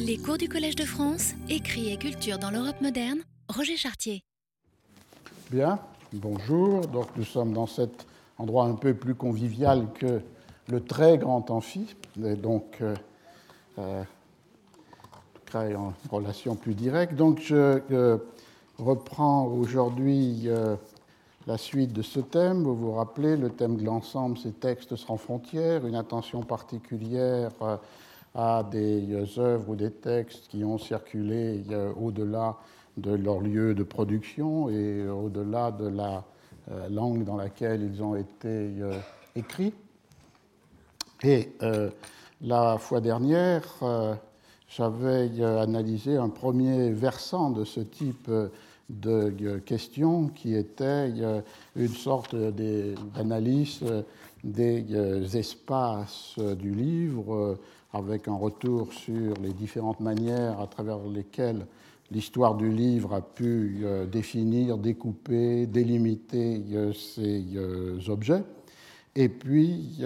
Les cours du Collège de France, écrit et culture dans l'Europe moderne, Roger Chartier. Bien, bonjour. Donc nous sommes dans cet endroit un peu plus convivial que le très grand amphi, et donc crée une relation plus directe. Donc je reprends aujourd'hui la suite de ce thème. Vous vous rappelez, le thème de l'ensemble, c'est textes sans frontières, une attention particulière à des œuvres ou des textes qui ont circulé au-delà de leur lieu de production et au-delà de la langue dans laquelle ils ont été écrits. Et la fois dernière, j'avais analysé un premier versant de ce type de questions qui était une sorte d'analyse des espaces du livre avec un retour sur les différentes manières à travers lesquelles l'histoire du livre a pu définir, découper, délimiter ces objets, et puis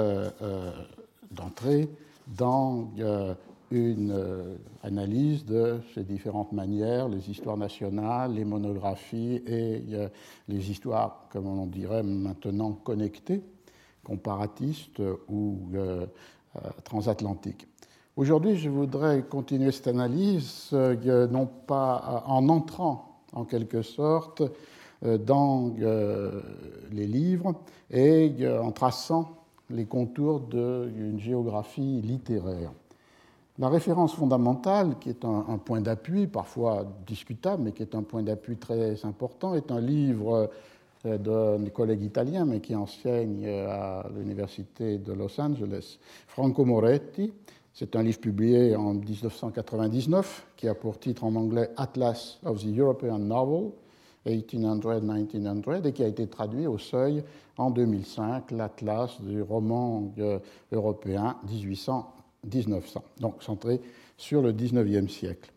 d'entrer dans une analyse de ces différentes manières, les histoires nationales, les monographies et les histoires, comme on dirait maintenant, connectées, comparatistes ou transatlantiques. Aujourd'hui, je voudrais continuer cette analyse, non pas en entrant en quelque sorte dans les livres et en traçant les contours d'une géographie littéraire. La référence fondamentale, qui est un point d'appui, parfois discutable, mais qui est un point d'appui très important, est un livre d'un collègue italien, mais qui enseigne à l'université de Los Angeles, Franco Moretti. C'est un livre publié en 1999, qui a pour titre en anglais Atlas of the European Novel, 1800-1900, et qui a été traduit au Seuil en 2005, l'Atlas du roman européen 1800-1900, donc centré sur le XIXe siècle.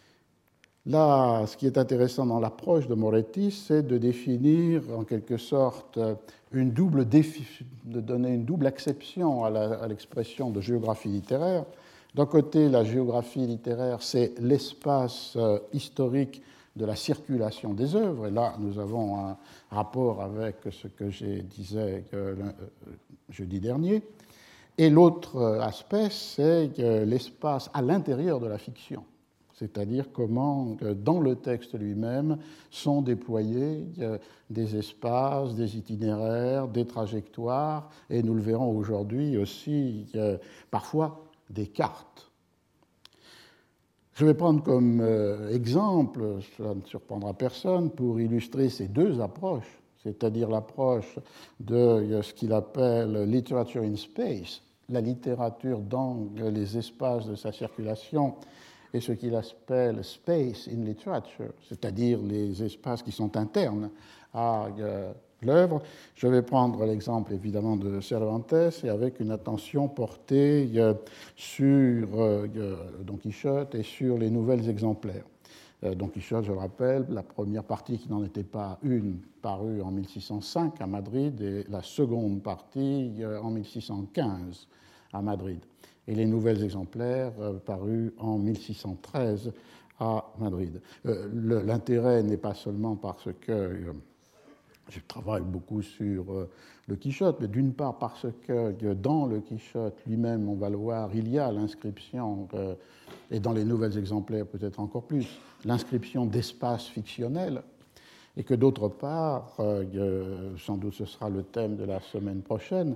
Là, ce qui est intéressant dans l'approche de Moretti, c'est de définir en quelque sorte de donner une double acception à l'expression de géographie littéraire. D'un côté, la géographie littéraire, c'est l'espace historique de la circulation des œuvres, et là, nous avons un rapport avec ce que je disais jeudi dernier. Et l'autre aspect, c'est l'espace à l'intérieur de la fiction, c'est-à-dire comment, dans le texte lui-même, sont déployés des espaces, des itinéraires, des trajectoires, et nous le verrons aujourd'hui aussi, parfois des cartes. Je vais prendre comme exemple, cela ne surprendra personne, pour illustrer ces deux approches, c'est-à-dire l'approche de ce qu'il appelle « literature in space », la littérature dans les espaces de sa circulation, et ce qu'il appelle space in literature, c'est-à-dire les espaces qui sont internes à l'œuvre. Je vais prendre l'exemple évidemment de Cervantes et avec une attention portée sur Don Quichotte et sur les nouvelles exemplaires. Don Quichotte, je le rappelle, la première partie qui n'en était pas une, parue en 1605 à Madrid, et la seconde partie en 1615 à Madrid. Et les nouvelles exemplaires parus en 1613 à Madrid. L'intérêt n'est pas seulement parce que je travaille beaucoup sur le Quichotte, mais d'une part parce que dans le Quichotte lui-même, on va le voir, il y a l'inscription, et dans les nouvelles exemplaires peut-être encore plus, l'inscription d'espaces fictionnels, et que d'autre part, sans doute ce sera le thème de la semaine prochaine,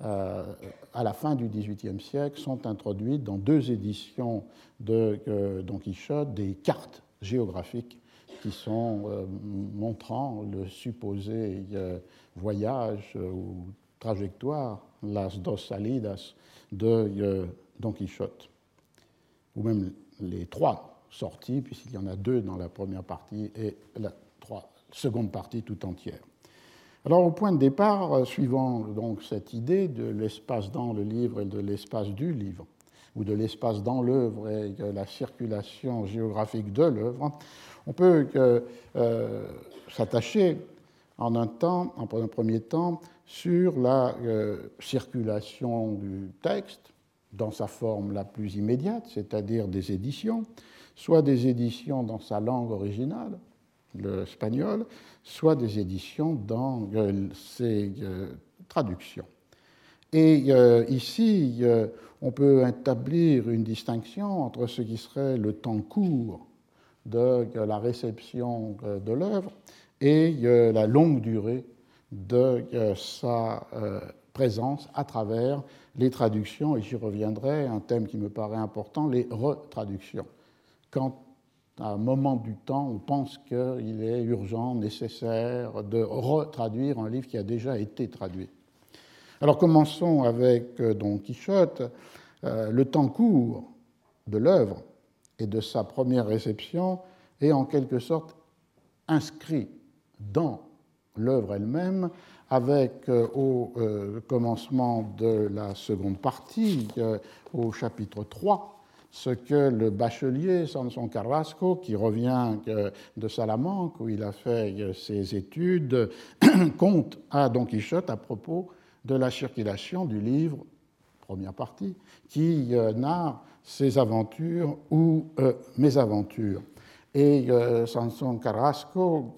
à la fin du XVIIIe siècle, sont introduites dans deux éditions de Don Quichotte des cartes géographiques qui sont montrant le supposé voyage ou trajectoire, las dos salidas de Don Quichotte, ou même les trois sorties, puisqu'il y en a deux dans la première partie et la seconde partie tout entière. Alors, au point de départ, suivant donc cette idée de l'espace dans le livre et de l'espace du livre, ou de l'espace dans l'œuvre et de la circulation géographique de l'œuvre, on peut s'attacher en un premier temps, sur la circulation du texte, dans sa forme la plus immédiate, c'est-à-dire des éditions, soit des éditions dans sa langue originale, l'espagnol, soit des éditions dans ses traductions. Et ici, on peut établir une distinction entre ce qui serait le temps court de la réception de l'œuvre et la longue durée de sa présence à travers les traductions, et j'y reviendrai, un thème qui me paraît important, les retraductions. Quand à un moment du temps, on pense qu'il est urgent, nécessaire de retraduire un livre qui a déjà été traduit. Alors commençons avec Don Quichotte. Le temps court de l'œuvre et de sa première réception est en quelque sorte inscrit dans l'œuvre elle-même, avec au commencement de la seconde partie, au chapitre 3, ce que le bachelier Samson Carrasco, qui revient de Salamanque, où il a fait ses études, conte à Don Quichotte à propos de la circulation du livre, première partie, qui narre ses aventures ou mésaventures. Et Samson Carrasco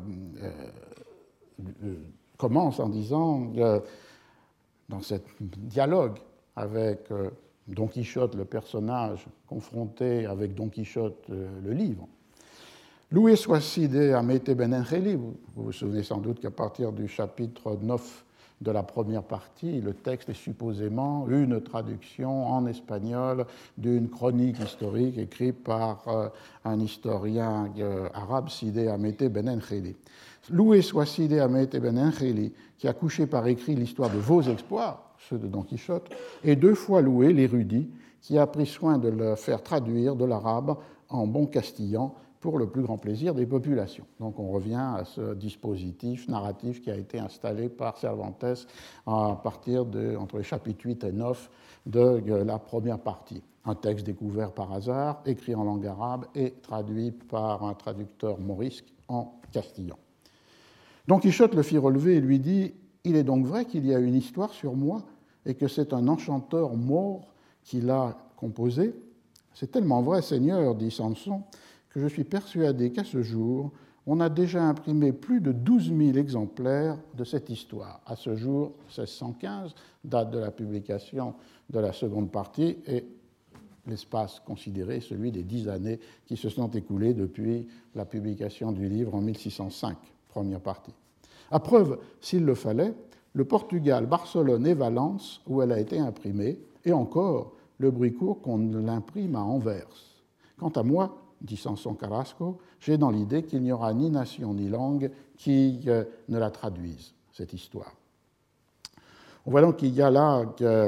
commence en disant, dans ce dialogue avec Don Quichotte, le personnage confronté avec Don Quichotte, le livre, Loué soit Cide Amete Benengeli, vous vous souvenez sans doute qu'à partir du chapitre 9 de la première partie, le texte est supposément une traduction en espagnol d'une chronique historique écrite par un historien arabe, Cide Amete Benengeli. Loué soit Cide Amete Benengeli, qui a couché par écrit l'histoire de vos exploits, ceux de Don Quichotte, et 2 fois loué l'érudit qui a pris soin de le faire traduire de l'arabe en bon castillan pour le plus grand plaisir des populations. Donc on revient à ce dispositif narratif qui a été installé par Cervantes à partir entre les chapitres 8 et 9 de la première partie. Un texte découvert par hasard, écrit en langue arabe et traduit par un traducteur morisque en castillan. Don Quichotte le fit relever et lui dit « Il est donc vrai qu'il y a une histoire sur moi et que c'est un enchanteur mort qui l'a composée. C'est tellement vrai, Seigneur, dit Samson, que je suis persuadé qu'à ce jour, on a déjà imprimé plus de 12 000 exemplaires de cette histoire. À ce jour, 1615, date de la publication de la seconde partie, et l'espace considéré, celui des 10 années qui se sont écoulées depuis la publication du livre en 1605, première partie. À preuve, s'il le fallait, le Portugal, Barcelone et Valence, où elle a été imprimée, et encore le bruit court qu'on l'imprime à Anvers. Quant à moi, dit Samson Carrasco, j'ai dans l'idée qu'il n'y aura ni nation ni langue qui ne la traduise, cette histoire. On voit donc qu'il y a là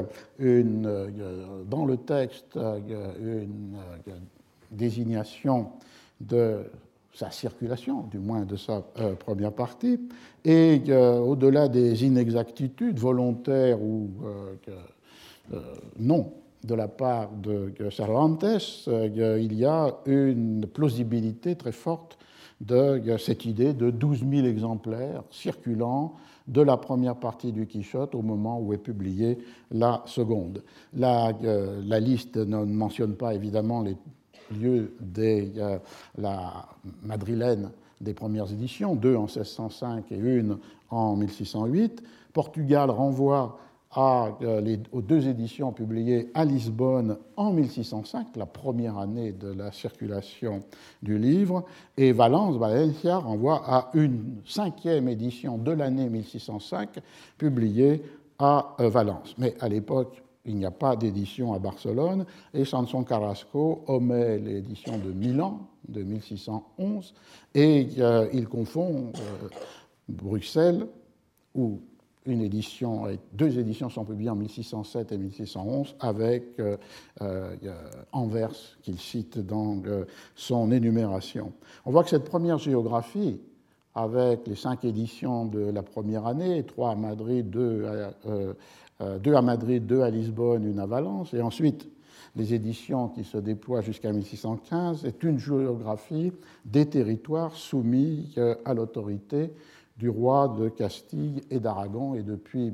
dans le texte une désignation de sa circulation, du moins de sa première partie, et au-delà des inexactitudes volontaires ou non de la part de Cervantes, il y a une plausibilité très forte de cette idée de 12 000 exemplaires circulant de la première partie du Quichotte au moment où est publiée la seconde. La liste ne mentionne pas évidemment les lieux de la madrilène des premières éditions, 2 en 1605 et 1 en 1608. Portugal renvoie aux 2 éditions publiées à Lisbonne en 1605, la première année de la circulation du livre, et Valencia renvoie à une 5e édition de l'année 1605 publiée à Valence. Mais à l'époque, il n'y a pas d'édition à Barcelone, et Samson Carrasco omet l'édition de Milan de 1611, et il confond Bruxelles, où 2 éditions sont publiées en 1607 et 1611, avec Anvers, qu'il cite dans son énumération. On voit que cette première géographie, avec les 5 éditions de la première année, 3 à Madrid, 2 à Madrid, 2 à Lisbonne, 1 à Valence, et ensuite les éditions qui se déploient jusqu'à 1615, est une géographie des territoires soumis à l'autorité du roi de Castille et d'Aragon et depuis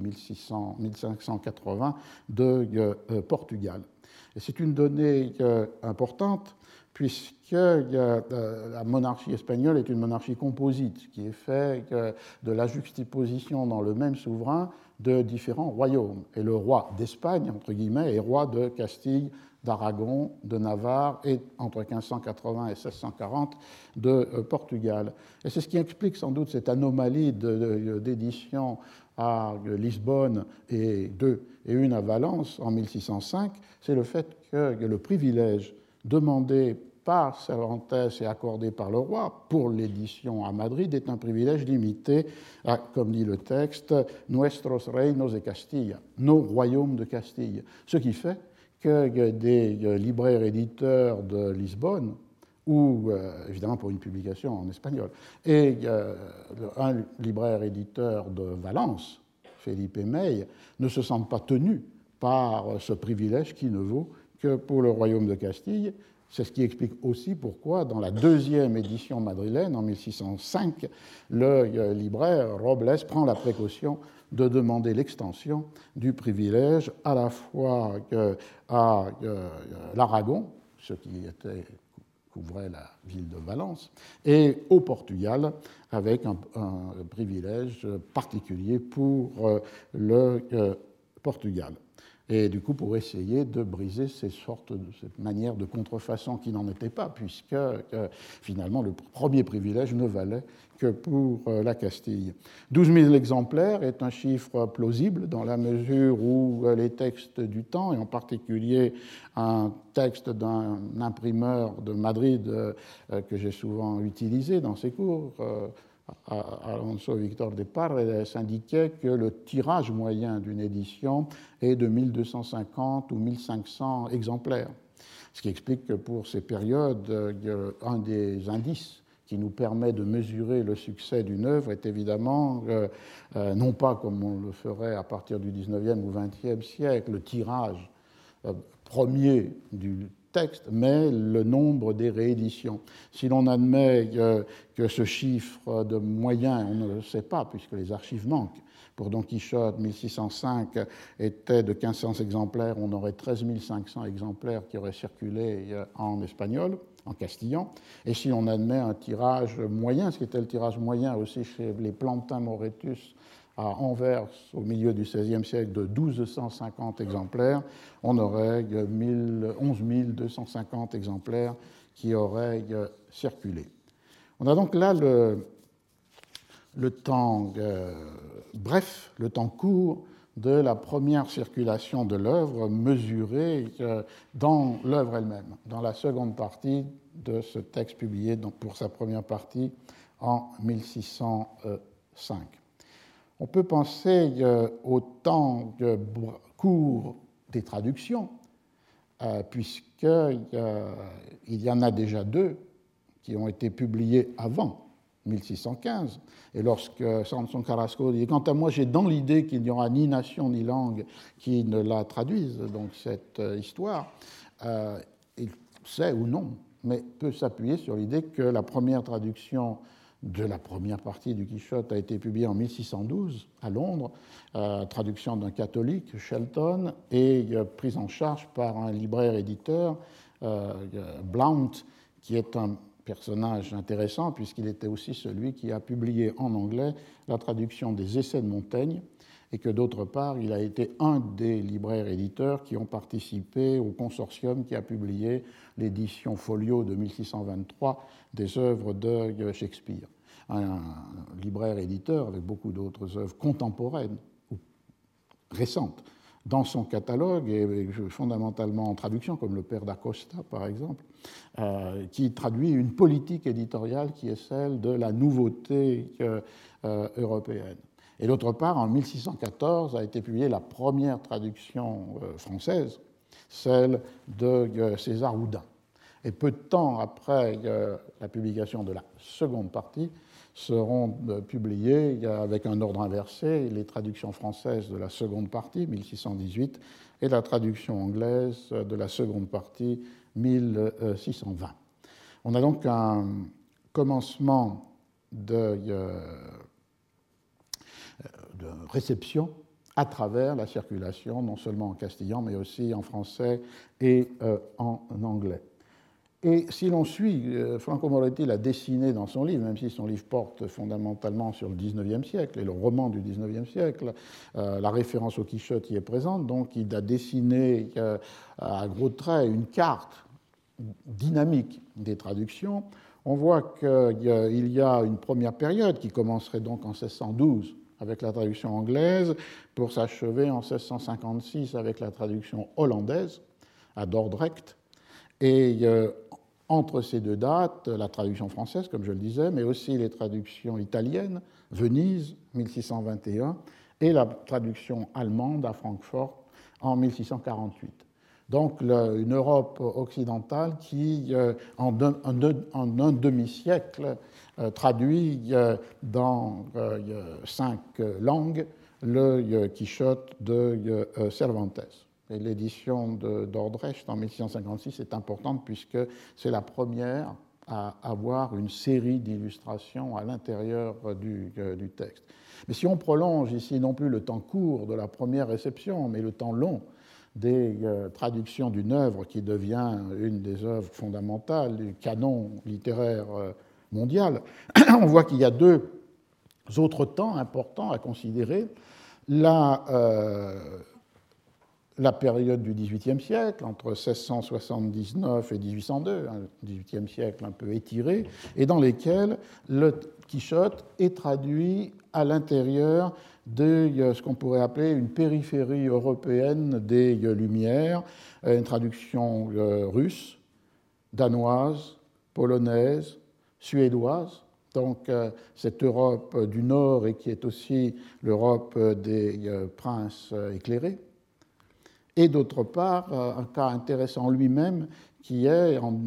1580 de Portugal. Et c'est une donnée importante puisque la monarchie espagnole est une monarchie composite qui est faite de la juxtaposition dans le même souverain de différents royaumes. Et le roi d'Espagne, entre guillemets, est roi de Castille, d'Aragon, de Navarre et entre 1580 et 1640 de Portugal. Et c'est ce qui explique sans doute cette anomalie d'édition à Lisbonne et une à Valence en 1605, c'est le fait que le privilège demandé par Cervantes et accordé par le roi pour l'édition à Madrid est un privilège limité à, comme dit le texte, nuestros reinos de Castilla, nos royaumes de Castille. Ce qui fait que des libraires éditeurs de Lisbonne, ou évidemment pour une publication en espagnol, et un libraire éditeur de Valence, Felipe Mey, ne se sentent pas tenus par ce privilège qui ne vaut que pour le royaume de Castille. C'est ce qui explique aussi pourquoi, dans la deuxième édition madrilène, en 1605, le libraire Robles prend la précaution de demander l'extension du privilège à la fois à l'Aragon, ce qui couvrait la ville de Valence, et au Portugal, avec un privilège particulier pour le Portugal. Et du coup, pour essayer de briser cette manière de contrefaçon qui n'en était pas, puisque finalement le premier privilège ne valait que pour la Castille. 12 000 exemplaires est un chiffre plausible dans la mesure où les textes du temps, et en particulier un texte d'un imprimeur de Madrid que j'ai souvent utilisé dans ces cours, Alonso Victor de Paredes, indiquait que le tirage moyen d'une édition est de 1250 ou 1500 exemplaires. Ce qui explique que pour ces périodes, un des indices qui nous permet de mesurer le succès d'une œuvre est évidemment, non pas comme on le ferait à partir du 19e ou 20e siècle, le tirage premier du texte, mais le nombre des rééditions. Si l'on admet que ce chiffre de moyen, on ne le sait pas puisque les archives manquent, pour Don Quichotte 1605 était de 1500 exemplaires, on aurait 13 500 exemplaires qui auraient circulé en espagnol, en castillan. Et si on admet un tirage moyen, ce qui était le tirage moyen aussi chez les Plantin Moretus à Anvers au milieu du XVIe siècle de 1250 exemplaires, on aurait 11 250 exemplaires qui auraient circulé. On a donc là le temps bref, le temps court de la première circulation de l'œuvre mesurée dans l'œuvre elle-même, dans la seconde partie de ce texte publié pour sa première partie en 1605. On peut penser au temps court des traductions, puisqu'il y en a déjà deux qui ont été publiées avant 1615. Et lorsque Samson Carrasco dit « Quant à moi, j'ai dans l'idée qu'il n'y aura ni nation ni langue qui ne la traduise, donc cette histoire », il sait ou non, mais peut s'appuyer sur l'idée que la première traduction de la première partie du Quichotte a été publiée en 1612 à Londres, traduction d'un catholique, Shelton, et prise en charge par un libraire-éditeur, Blount, qui est un personnage intéressant puisqu'il était aussi celui qui a publié en anglais la traduction des Essais de Montaigne, et que d'autre part, il a été un des libraires-éditeurs qui ont participé au consortium qui a publié l'édition folio de 1623 des œuvres de Shakespeare. Un libraire-éditeur avec beaucoup d'autres œuvres contemporaines ou récentes dans son catalogue, et fondamentalement en traduction, comme le Père d'Acosta, par exemple, qui traduit une politique éditoriale qui est celle de la nouveauté européenne. Et d'autre part, en 1614 a été publiée la première traduction française, celle de César Houdin. Et peu de temps après la publication de la seconde partie, seront publiées avec un ordre inversé les traductions françaises de la seconde partie, 1618, et la traduction anglaise de la seconde partie, 1620. On a donc un commencement de de réception à travers la circulation, non seulement en castillan, mais aussi en français et en anglais. Et si l'on suit, Franco Moretti l'a dessiné dans son livre, même si son livre porte fondamentalement sur le XIXe siècle et le roman du XIXe siècle, la référence au Quichotte y est présente, donc il a dessiné à gros traits une carte dynamique des traductions. On voit qu'il y a une première période qui commencerait donc en 1612 avec la traduction anglaise pour s'achever en 1656 avec la traduction hollandaise à Dordrecht. Et entre ces deux dates, la traduction française, comme je le disais, mais aussi les traductions italiennes, Venise, 1621, et la traduction allemande à Francfort en 1648. Donc une Europe occidentale qui, en un demi-siècle, traduit dans 5 langues le Quichotte de Cervantes. Et l'édition d'Ordrecht en 1656 est importante puisque c'est la première à avoir une série d'illustrations à l'intérieur du texte. Mais si on prolonge ici non plus le temps court de la première réception, mais le temps long des traductions d'une œuvre qui devient une des œuvres fondamentales du canon littéraire mondial, on voit qu'il y a 2 autres temps importants à considérer. La période du XVIIIe siècle, entre 1679 et 1802, un XVIIIe siècle un peu étiré, et dans lesquels le Quichotte est traduit à l'intérieur de ce qu'on pourrait appeler une périphérie européenne des Lumières, une traduction russe, danoise, polonaise, suédoise. Donc cette Europe du Nord et qui est aussi l'Europe des princes éclairés. Et d'autre part, un cas intéressant lui-même, qui est en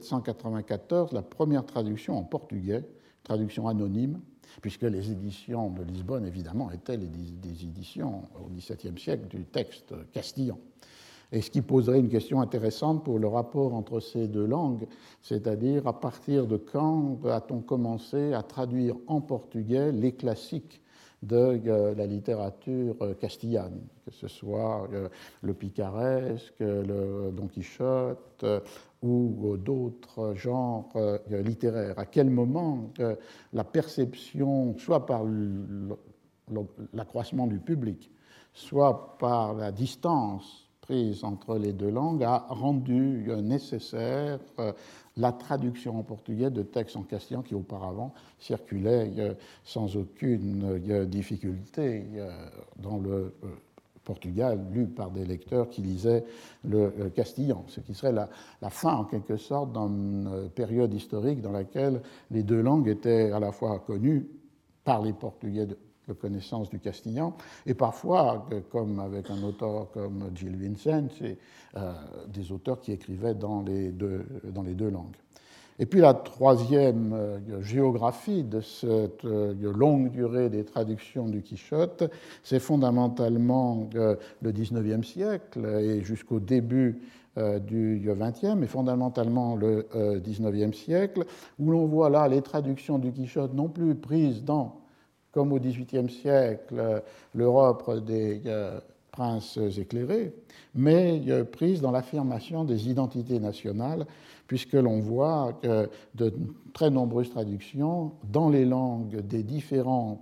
1794 la première traduction en portugais, traduction anonyme, puisque les éditions de Lisbonne, évidemment, étaient des éditions au XVIIe siècle du texte castillan. Et ce qui poserait une question intéressante pour le rapport entre ces 2 langues, c'est-à-dire à partir de quand a-t-on commencé à traduire en portugais les classiques de la littérature castillane, que ce soit le picaresque, le Don Quichotte ou d'autres genres littéraires. À quel moment la perception, soit par l'accroissement du public, soit par la distance prise entre les 2 langues, a rendu nécessaire la traduction en portugais de textes en castillan qui auparavant circulaient sans aucune difficulté dans le Portugal, lu par des lecteurs qui lisaient le castillan, ce qui serait la fin en quelque sorte d'une période historique dans laquelle les 2 langues étaient à la fois connues par les Portugais de connaissance du castillan, et parfois, comme avec un auteur comme Gil Vicente, des auteurs qui écrivaient dans les deux langues. Et puis la troisième géographie de cette longue durée des traductions du Quichotte, c'est fondamentalement le XIXe siècle et jusqu'au début du XXe, et fondamentalement le XIXe siècle, où l'on voit là les traductions du Quichotte non plus prises dans, comme au XVIIIe siècle, l'Europe des princes éclairés, mais prise dans l'affirmation des identités nationales, puisque l'on voit que de très nombreuses traductions dans les langues des différentes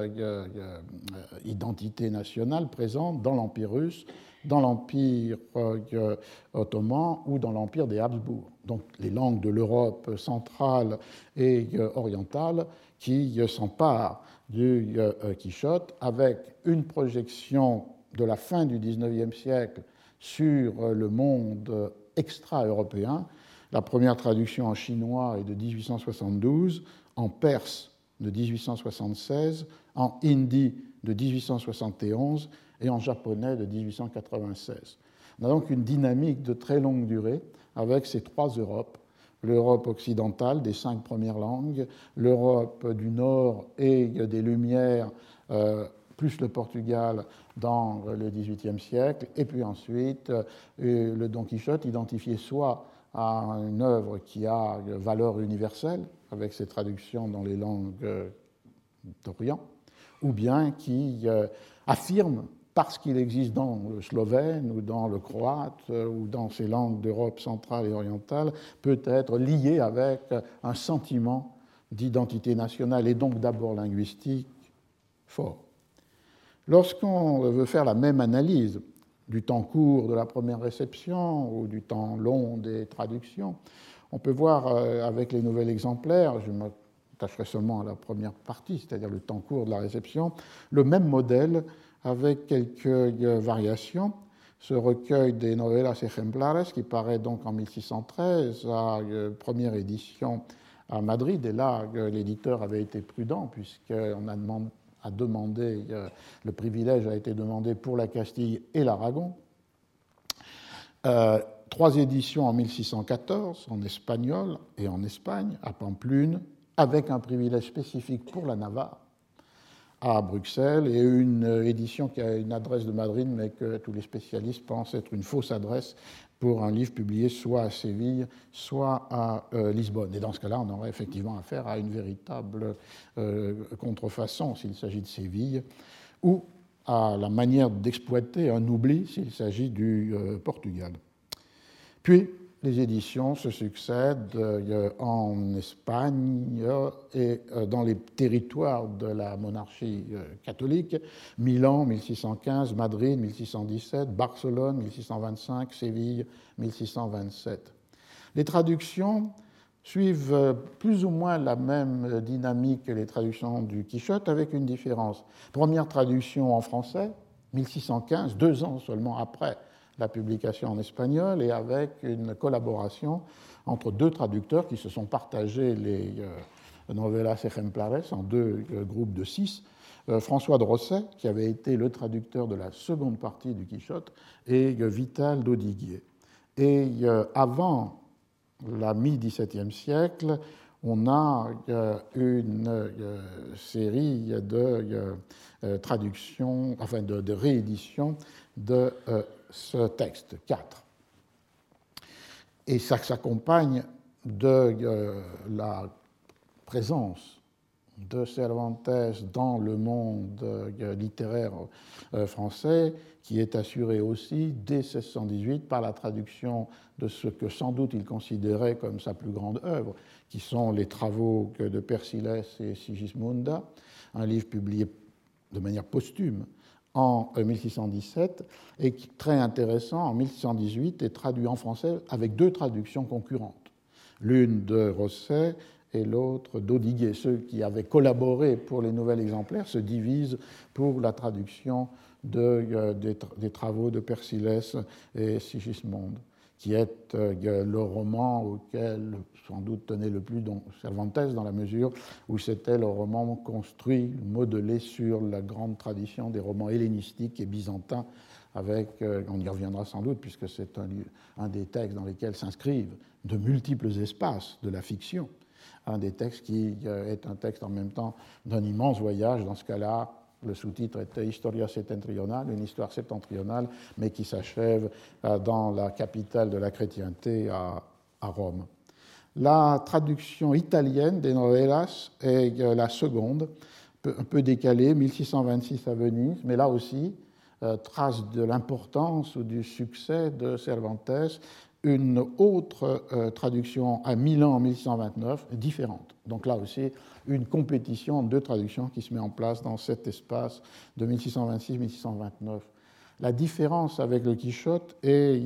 identités nationales présentes dans l'Empire russe, dans l'Empire ottoman ou dans l'Empire des Habsbourg. Donc les langues de l'Europe centrale et orientale qui s'emparent du Quichotte avec une projection de la fin du XIXe siècle sur le monde extra-européen. La première traduction en chinois est de 1872, en perse de 1876, en hindi de 1871 et en japonais de 1896. On a donc une dynamique de très longue durée avec ces 3 Europes, l'Europe occidentale des 5 premières langues, l'Europe du Nord et des Lumières, plus le Portugal dans le XVIIIe siècle, et puis ensuite le Don Quichotte identifié soit à une œuvre qui a valeur universelle, avec ses traductions dans les langues d'Orient, ou bien qui affirme, parce qu'il existe dans le slovène ou dans le croate ou dans ces langues d'Europe centrale et orientale, peut être lié avec un sentiment d'identité nationale et donc d'abord linguistique fort. Lorsqu'on veut faire la même analyse du temps court de la première réception ou du temps long des traductions, on peut voir avec les nouvelles exemplaires, je m'attacherai seulement à la première partie, c'est-à-dire le temps court de la réception, le même modèle avec quelques variations. Ce recueil des Novelas Ejemplares, qui paraît donc en 1613, à première édition à Madrid, et là, l'éditeur avait été prudent, puisqu'on a demandé, le privilège a été demandé pour la Castille et l'Aragon. 3 éditions en 1614, en espagnol et en Espagne, à Pamplune, avec un privilège spécifique pour la Navarre, à Bruxelles, et une édition qui a une adresse de Madrid, mais que tous les spécialistes pensent être une fausse adresse pour un livre publié soit à Séville, soit à Lisbonne. Et dans ce cas-là, on aurait effectivement affaire à une véritable contrefaçon s'il s'agit de Séville, ou à la manière d'exploiter un oubli s'il s'agit du Portugal. Puis, les éditions se succèdent en Espagne et dans les territoires de la monarchie catholique, Milan 1615, Madrid 1617, Barcelone 1625, Séville 1627. Les traductions suivent plus ou moins la même dynamique que les traductions du Quichotte, avec une différence. Première traduction en français, 1615, 2 ans seulement après la publication en espagnol, et avec une collaboration entre 2 traducteurs qui se sont partagés les Novelas Ejemplares en 2 groupes de 6. François de Rosset, qui avait été le traducteur de la seconde partie du Quichotte, et Vital d'Audiguier. Et avant la mi-XVIIe siècle, on a une série de traductions, enfin de rééditions de ce texte, 4. Et ça s'accompagne de la présence de Cervantes dans le monde littéraire français, qui est assurée aussi dès 1618 par la traduction de ce que sans doute il considérait comme sa plus grande œuvre, qui sont les travaux de Persillès et Sigismunda, un livre publié de manière posthume en 1617 et qui, très intéressant, en 1618 est traduit en français avec 2 traductions concurrentes, l'une de Rosset et l'autre d'Audiguier. Ceux qui avaient collaboré pour les nouveaux exemplaires se divisent pour la traduction des travaux de Persillès et Sigismond, qui est le roman auquel sans doute tenait le plus Cervantes, dans la mesure où c'était le roman construit, modelé sur la grande tradition des romans hellénistiques et byzantins, avec, on y reviendra sans doute, puisque c'est un des textes dans lesquels s'inscrivent de multiples espaces de la fiction, un des textes qui est un texte en même temps d'un immense voyage. Dans ce cas-là, le sous-titre était Historia septentrionale, une histoire septentrionale, mais qui s'achève dans la capitale de la chrétienté, à Rome. La traduction italienne des novellas est la seconde, un peu décalée, 1626 à Venise, mais là aussi, trace de l'importance ou du succès de Cervantes, une autre traduction à Milan en 1629, différente. Donc là aussi, une compétition de 2 traductions qui se met en place dans cet espace de 1626-1629. La différence avec le Quichotte est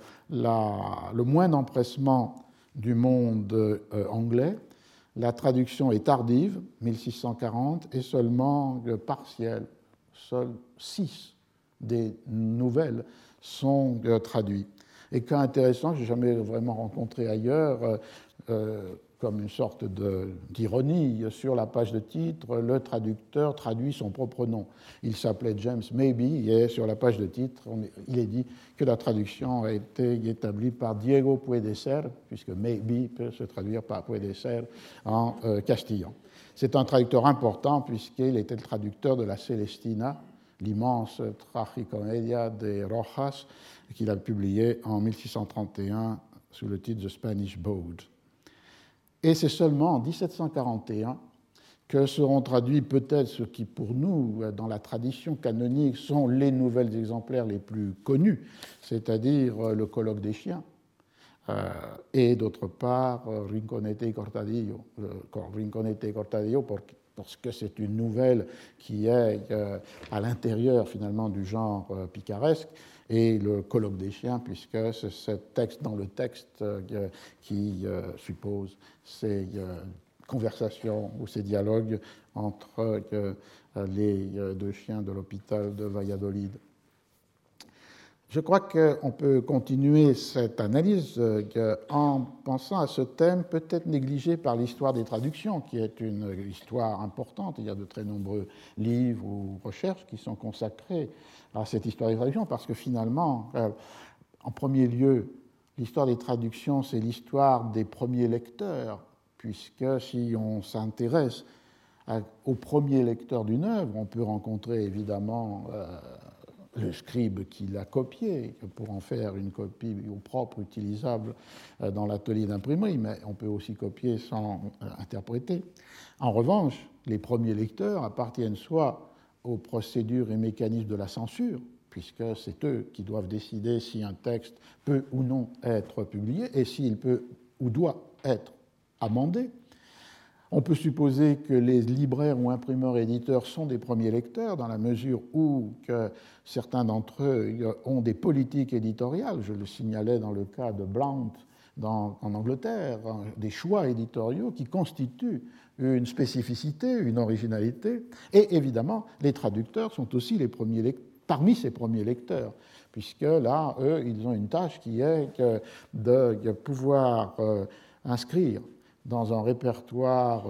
le moins d'empressement du monde anglais. La traduction est tardive, 1640, et seulement partielle. Seuls 6 des nouvelles sont traduites. Et cas intéressant, je n'ai jamais vraiment rencontré ailleurs, comme une sorte d'ironie, sur la page de titre, le traducteur traduit son propre nom. Il s'appelait James Maybe, et sur la page de titre, il est dit que la traduction a été établie par Diego Puedecer, puisque Maybe peut se traduire par Puedecer en castillan. C'est un traducteur important, puisqu'il était le traducteur de la Celestina, l'immense tragicomédia de Rojas, qu'il a publié en 1631 sous le titre The Spanish Bode. Et c'est seulement en 1741 que seront traduits peut-être ce qui, pour nous, dans la tradition canonique, sont les nouvelles exemplaires les plus connus, c'est-à-dire le colloque des chiens, et d'autre part Rinconete y Cortadillo. Rinconete y Cortadillo parce que c'est une nouvelle qui est à l'intérieur finalement du genre picaresque, et le colloque des chiens, puisque c'est ce texte dans le texte qui suppose ces conversations ou ces dialogues entre les deux chiens de l'hôpital de Valladolid. Je crois qu'on peut continuer cette analyse en pensant à ce thème peut-être négligé par l'histoire des traductions, qui est une histoire importante. Il y a de très nombreux livres ou recherches qui sont consacrés à cette histoire des traductions, parce que finalement, en premier lieu, l'histoire des traductions, c'est l'histoire des premiers lecteurs, puisque si on s'intéresse aux premiers lecteurs d'une œuvre, on peut rencontrer évidemment le scribe qui l'a copié pour en faire une copie propre, utilisable dans l'atelier d'imprimerie, mais on peut aussi copier sans interpréter. En revanche, les premiers lecteurs appartiennent soit aux procédures et mécanismes de la censure, puisque c'est eux qui doivent décider si un texte peut ou non être publié et s'il peut ou doit être amendé. On peut supposer que les libraires ou imprimeurs éditeurs sont des premiers lecteurs, dans la mesure où que certains d'entre eux ont des politiques éditoriales. Je le signalais dans le cas de Blount en Angleterre, des choix éditoriaux qui constituent une spécificité, une originalité. Et évidemment, les traducteurs sont aussi les premiers parmi ces premiers lecteurs, puisque là, eux, ils ont une tâche qui est de pouvoir inscrire dans un répertoire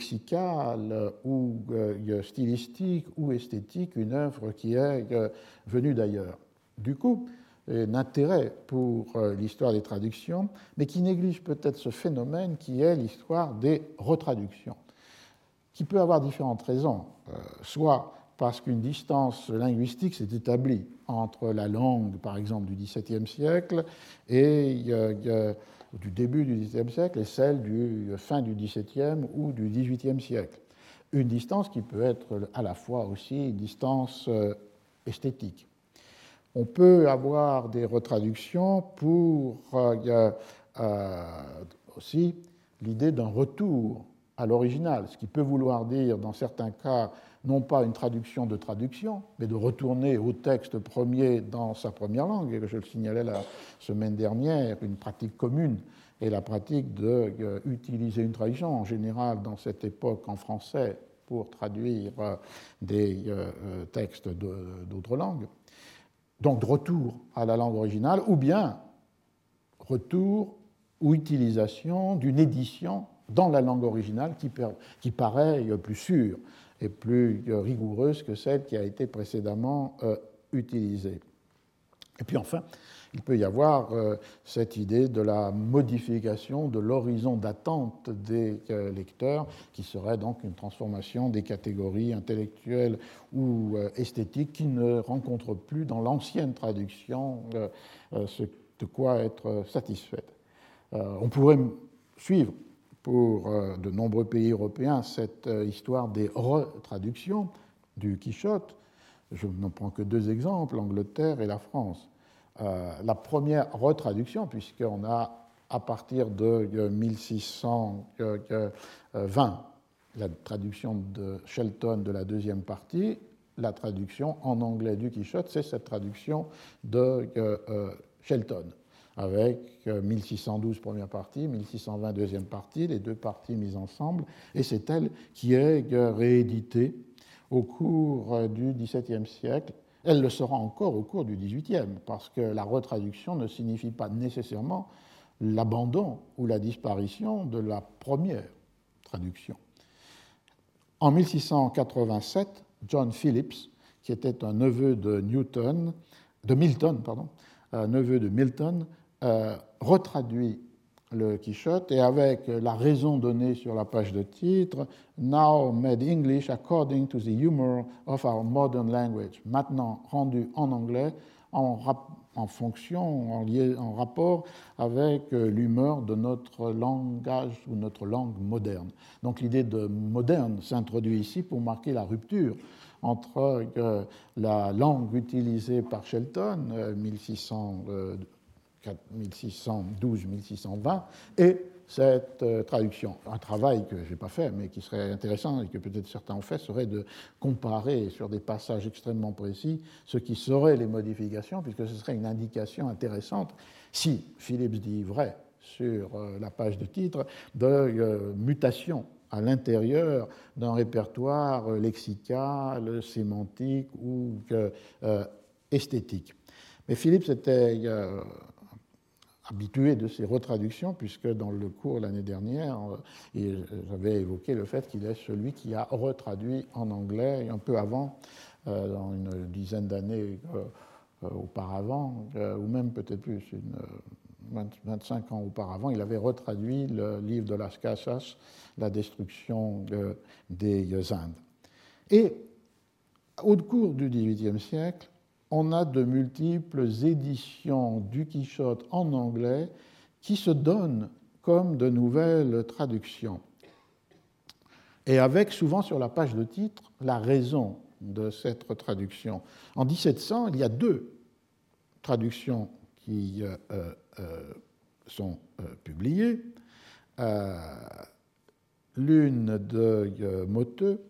lexical ou stylistique ou esthétique une œuvre qui est venue d'ailleurs. Du coup, un intérêt pour l'histoire des traductions, mais qui néglige peut-être ce phénomène qui est l'histoire des retraductions, qui peut avoir différentes raisons, soit parce qu'une distance linguistique s'est établie entre la langue, par exemple, du XVIIe siècle et du début du XVIIe siècle et celle du fin du XVIIe ou du XVIIIe siècle. Une distance qui peut être à la fois aussi une distance esthétique. On peut avoir des retraductions pour aussi l'idée d'un retour à l'original, ce qui peut vouloir dire, dans certains cas, non pas une traduction de traduction, mais de retourner au texte premier dans sa première langue. Et je le signalais la semaine dernière, une pratique commune est la pratique d'utiliser une traduction, en général dans cette époque en français, pour traduire des textes d'autres langues. Donc de retour à la langue originale, ou bien retour ou utilisation d'une édition dans la langue originale qui paraît plus sûre et plus rigoureuse que celle qui a été précédemment utilisée. Et puis enfin, il peut y avoir cette idée de la modification de l'horizon d'attente des lecteurs, qui serait donc une transformation des catégories intellectuelles ou esthétiques qui ne rencontrent plus dans l'ancienne traduction ce de quoi être satisfaite. On pourrait suivre pour de nombreux pays européens cette histoire des retraductions du Quichotte. Je n'en prends que deux exemples, l'Angleterre et la France. La première retraduction, puisqu'on a à partir de 1620 la traduction de Shelton de la deuxième partie, la traduction en anglais du Quichotte, c'est cette traduction de Shelton, avec 1612 première partie, 1620 deuxième partie, les deux parties mises ensemble, et c'est elle qui est rééditée au cours du XVIIe siècle. Elle le sera encore au cours du XVIIIe, parce que la retraduction ne signifie pas nécessairement l'abandon ou la disparition de la première traduction. En 1687, John Phillips, qui était un neveu de Milton, retraduit le Quichotte, et avec la raison donnée sur la page de titre, Now made English according to the humor of our modern language, maintenant rendu en anglais en en fonction, en rapport avec l'humeur de notre langage ou notre langue moderne. Donc l'idée de moderne s'introduit ici pour marquer la rupture entre la langue utilisée par Shelton, 1612-1620, et cette traduction. Un travail que je n'ai pas fait, mais qui serait intéressant et que peut-être certains ont fait, serait de comparer sur des passages extrêmement précis ce qui seraient les modifications, puisque ce serait une indication intéressante, si Phillips dit vrai sur la page de titre, de mutation à l'intérieur d'un répertoire lexical, sémantique ou esthétique. Mais Phillips était habitué de ces retraductions, puisque dans le cours l'année dernière, j'avais évoqué le fait qu'il est celui qui a retraduit en anglais un peu avant, dans une dizaine d'années auparavant, ou même peut-être plus, 25 ans auparavant, il avait retraduit le livre de Las Casas, La destruction des Indes. Et au cours du XVIIIe siècle, on a de multiples éditions du Quichotte en anglais qui se donnent comme de nouvelles traductions. Et avec souvent sur la page de titre la raison de cette traduction. En 1700, il y a deux traductions qui sont publiées. L'une de Motteux,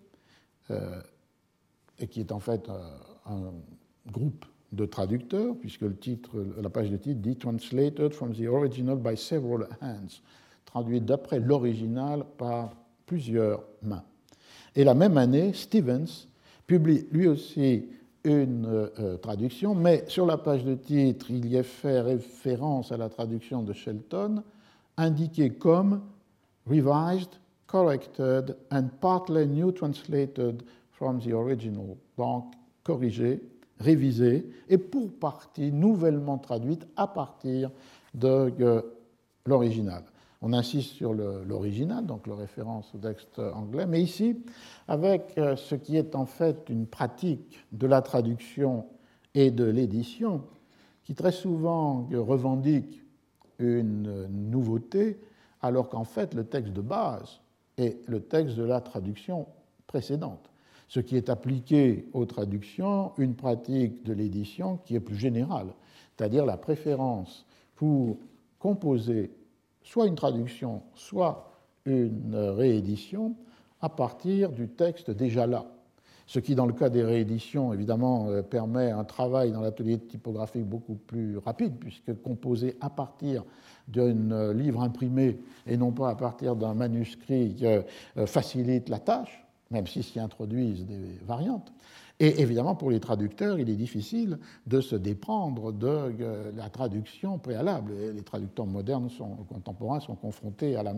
et qui est en fait un groupe de traducteurs, puisque la page de titre dit « Translated from the original by several hands », traduit d'après l'original par plusieurs mains. Et la même année, Stevens publie lui aussi une traduction, mais sur la page de titre, il y est fait référence à la traduction de Shelton, indiquée comme « revised, corrected and partly new translated from the original », donc corrigée, révisée et pour partie nouvellement traduite à partir de l'original. On insiste sur l'original, donc la référence au texte anglais, mais ici, avec ce qui est en fait une pratique de la traduction et de l'édition, qui très souvent revendique une nouveauté, alors qu'en fait le texte de base est le texte de la traduction précédente. Ce qui est appliqué aux traductions, une pratique de l'édition qui est plus générale, c'est-à-dire la préférence pour composer soit une traduction, soit une réédition à partir du texte déjà là. Ce qui, dans le cas des rééditions, évidemment, permet un travail dans l'atelier typographique beaucoup plus rapide, puisque composer à partir d'un livre imprimé et non pas à partir d'un manuscrit facilite la tâche, même s'ils s'y introduisent des variantes. Et évidemment, pour les traducteurs, il est difficile de se déprendre de la traduction préalable. Et les traducteurs modernes, contemporains, sont confrontés à la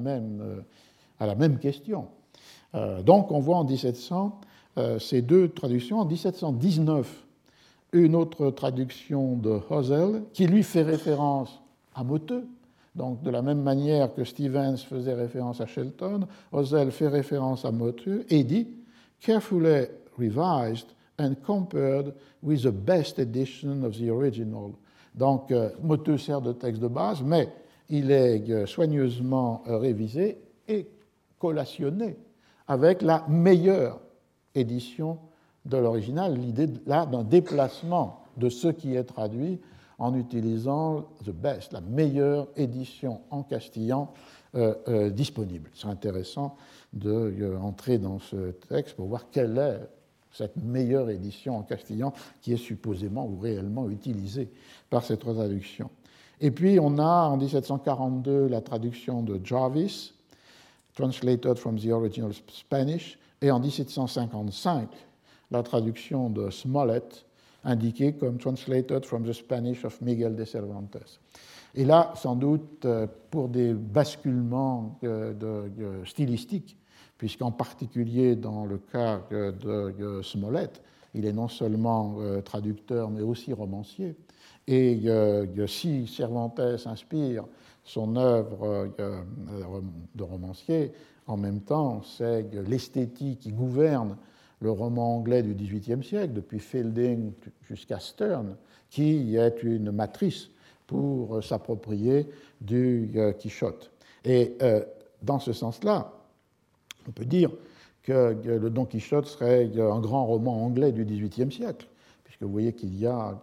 même question. Donc, on voit en 1700 ces deux traductions. En 1719, une autre traduction de Hosel, qui lui fait référence à Motteux. Donc, de la même manière que Stevens faisait référence à Shelton, Hosel fait référence à Motteux et dit « carefully revised and compared with the best edition of the original ». Donc, Motteux sert de texte de base, mais il est soigneusement révisé et collationné avec la meilleure édition de l'original. L'idée là d'un déplacement de ce qui est traduit en utilisant the best, la meilleure édition en castillan disponible. C'est intéressant d'entrer dans ce texte pour voir quelle est cette meilleure édition en castillan qui est supposément ou réellement utilisée par cette traduction. Et puis on a en 1742 la traduction de Jarvis, translated from the original Spanish, et en 1755 la traduction de Smollett, indiqué comme translated from the Spanish of Miguel de Cervantes. Et là, sans doute, pour des basculements stylistiques, puisqu'en particulier dans le cas de Smollett, il est non seulement traducteur, mais aussi romancier. Et si Cervantes inspire son œuvre de romancier, en même temps, c'est l'esthétique qui gouverne le roman anglais du XVIIIe siècle, depuis Fielding jusqu'à Sterne, qui est une matrice pour s'approprier du Quichotte. Et dans ce sens-là, on peut dire que le Don Quichotte serait un grand roman anglais du XVIIIe siècle, puisque vous voyez qu'il y a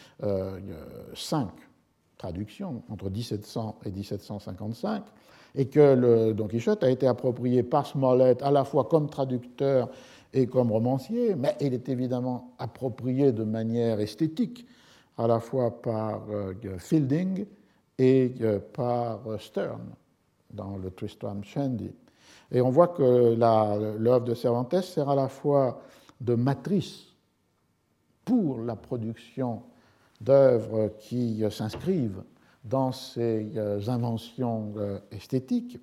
5 traductions entre 1700 et 1755, et que le Don Quichotte a été approprié par Smollett à la fois comme traducteur et comme romancier, mais il est évidemment approprié de manière esthétique à la fois par Fielding et par Sterne dans le Tristram Shandy. Et on voit que l'œuvre de Cervantes sert à la fois de matrice pour la production d'œuvres qui s'inscrivent dans ces inventions esthétiques,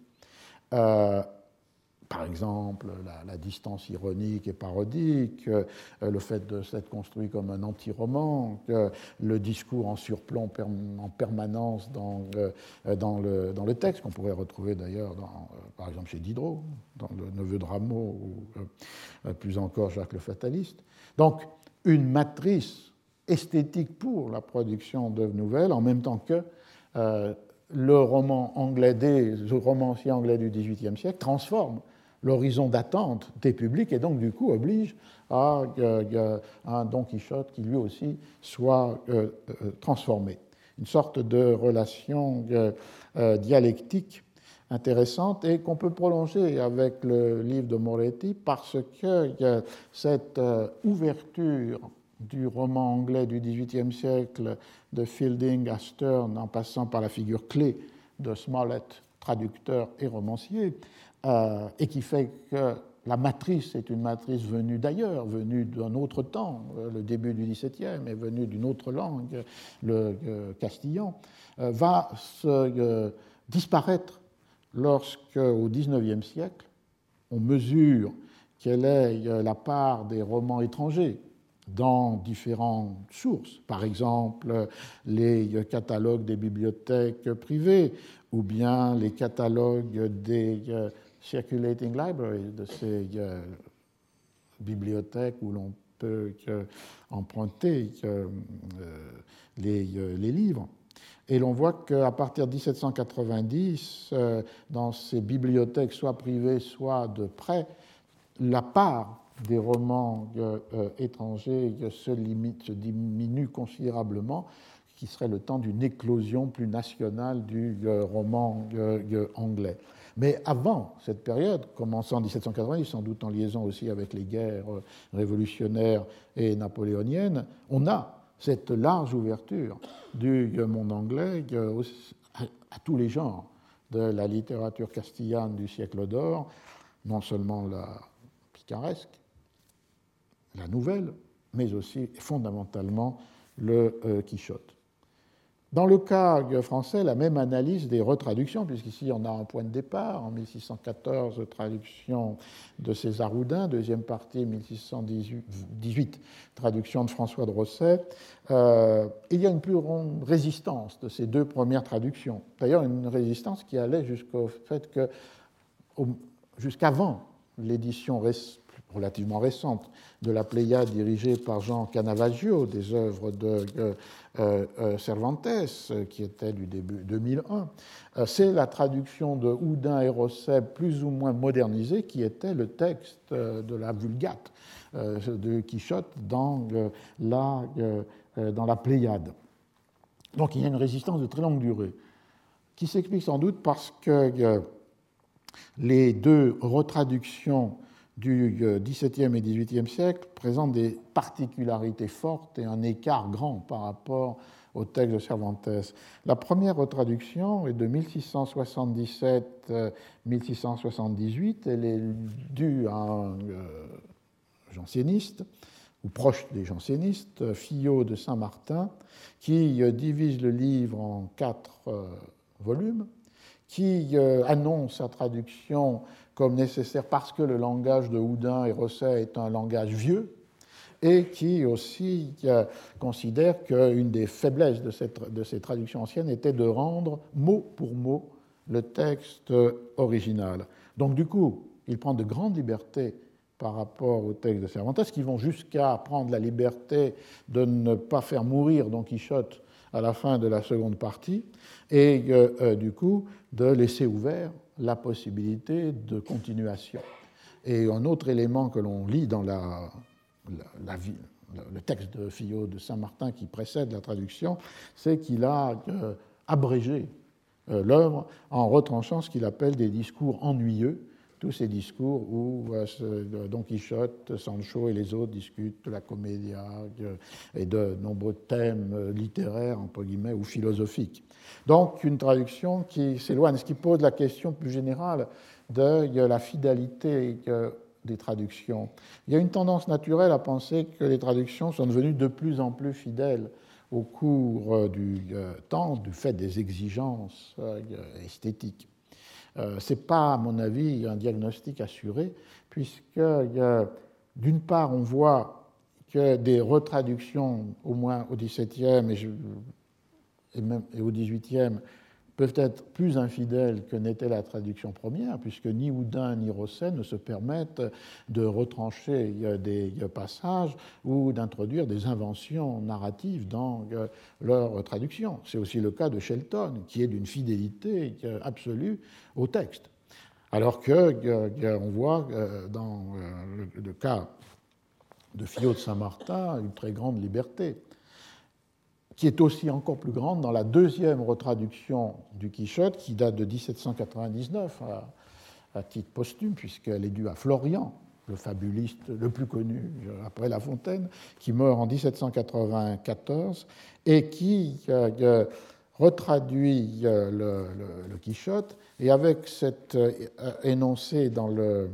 par exemple la distance ironique et parodique, le fait de s'être construit comme un anti-roman, le discours en surplomb en permanence dans le texte, qu'on pourrait retrouver d'ailleurs par exemple chez Diderot, dans le Neveu de Rameau, ou plus encore Jacques le Fataliste. Donc une matrice esthétique pour la production d'œuvres nouvelles, en même temps que le roman anglais le romancier anglais du XVIIIe siècle transforme l'horizon d'attente des publics et donc du coup oblige à un Don Quichotte qui lui aussi soit transformé. Une sorte de relation dialectique intéressante et qu'on peut prolonger avec le livre de Moretti parce que cette ouverture du roman anglais du XVIIIe siècle de Fielding à Sterne en passant par la figure clé de Smollett, traducteur et romancier, et qui fait que la matrice est une matrice venue d'ailleurs, venue d'un autre temps, le début du XVIIe, est venue d'une autre langue, le castillan, va se disparaître lorsque, au XIXe siècle, on mesure quelle est la part des romans étrangers dans différentes sources, par exemple les catalogues des bibliothèques privées ou bien les catalogues des circulating libraries, de ces bibliothèques où l'on peut emprunter les livres. Et l'on voit qu'à partir de 1790, dans ces bibliothèques soit privées, soit de prêt, la part des romans étrangers se diminue considérablement, qui serait le temps d'une éclosion plus nationale du roman anglais. Mais avant cette période, commençant en 1790, sans doute en liaison aussi avec les guerres révolutionnaires et napoléoniennes, on a cette large ouverture du monde anglais à tous les genres de la littérature castillane du siècle d'or, non seulement la picaresque, la nouvelle, mais aussi fondamentalement le Quichotte. Dans le cas français, la même analyse des retraductions, puisqu'ici on a un point de départ, en 1614, traduction de César Houdin, deuxième partie, 1618, traduction de François de Rosset. Il y a une plus grande résistance de ces deux premières traductions. D'ailleurs, une résistance qui allait jusqu'au fait que, jusqu'avant l'édition relativement récente de la Pléiade dirigée par Jean Canavaggio, des œuvres de Cervantes, qui était du début 2001, c'est la traduction de Houdin et Rosset plus ou moins modernisée qui était le texte de la Vulgate de Quichotte dans la Pléiade. Donc il y a une résistance de très longue durée, qui s'explique sans doute parce que les deux retraductions du XVIIe et XVIIIe siècle présentent des particularités fortes et un écart grand par rapport au texte de Cervantes. La première retraduction est de 1677-1678. Elle est due à un janséniste, ou proche des jansénistes, Fillot de Saint-Martin, qui divise le livre en 4 volumes, qui annonce sa traduction comme nécessaire parce que le langage de Houdin et Rosset est un langage vieux, et qui aussi considère qu'une des faiblesses de ces traductions anciennes était de rendre mot pour mot le texte original. Donc du coup, il prend de grandes libertés par rapport au texte de Cervantes, qui vont jusqu'à prendre la liberté de ne pas faire mourir Don Quichotte à la fin de la seconde partie, et du coup de laisser ouvert la possibilité de continuation. Et un autre élément que l'on lit dans le texte de Fillot de Saint-Martin qui précède la traduction, c'est qu'il a abrégé l'œuvre en retranchant ce qu'il appelle des discours ennuyeux, tous ces discours où Don Quichotte, Sancho et les autres discutent de la comédia et de nombreux thèmes littéraires, entre guillemets, ou philosophiques. Donc une traduction qui s'éloigne, ce qui pose la question plus générale de la fidélité des traductions. Il y a une tendance naturelle à penser que les traductions sont devenues de plus en plus fidèles au cours du temps, du fait des exigences esthétiques. Ce n'est pas, à mon avis, un diagnostic assuré, puisque d'une part, on voit que des retraductions, au moins au XVIIe et au XVIIIe, peuvent être plus infidèles que n'était la traduction première, puisque ni Houdin ni Rosset ne se permettent de retrancher des passages ou d'introduire des inventions narratives dans leur traduction. C'est aussi le cas de Shelton, qui est d'une fidélité absolue au texte. Alors qu'on voit dans le cas de Fillot de Saint-Martin une très grande liberté, qui est aussi encore plus grande dans la deuxième retraduction du Quichotte, qui date de 1799 à titre posthume, puisqu'elle est due à Florian, le fabuliste le plus connu après La Fontaine, qui meurt en 1794 et qui retraduit le Quichotte, et avec cet énoncé dans le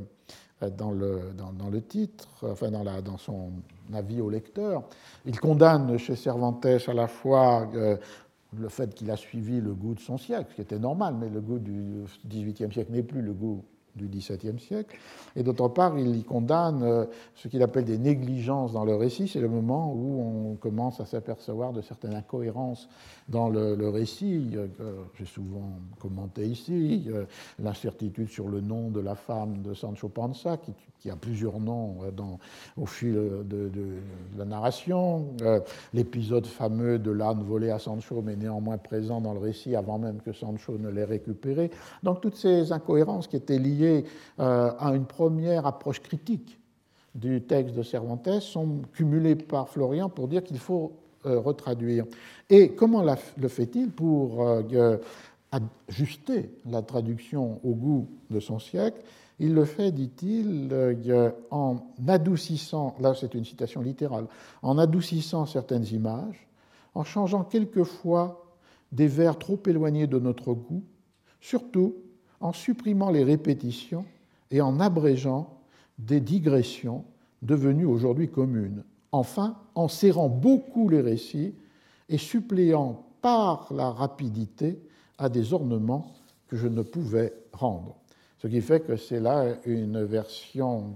titre, enfin dans son avis au lecteur, il condamne chez Cervantes à la fois le fait qu'il a suivi le goût de son siècle, ce qui était normal, mais le goût du XVIIIe siècle n'est plus le goût du XVIIe siècle, et d'autre part, il y condamne ce qu'il appelle des négligences dans le récit. C'est le moment où on commence à s'apercevoir de certaines incohérences dans le récit, que j'ai souvent commenté ici, l'incertitude sur le nom de la femme de Sancho Panza, qui a plusieurs noms au fil de la narration, l'épisode fameux de l'âne volé à Sancho, mais néanmoins présent dans le récit avant même que Sancho ne l'ait récupéré. Donc toutes ces incohérences qui étaient liées à une première approche critique du texte de Cervantes sont cumulées par Florian pour dire qu'il faut retraduire. Et comment le fait-il pour ajuster la traduction au goût de son siècle? Il le fait, dit-il, en adoucissant, là c'est une citation littérale, en adoucissant certaines images, en changeant quelquefois des vers trop éloignés de notre goût, surtout en supprimant les répétitions et en abrégeant des digressions devenues aujourd'hui communes. Enfin, en serrant beaucoup les récits et suppléant par la rapidité à des ornements que je ne pouvais rendre. Ce qui fait que c'est là une version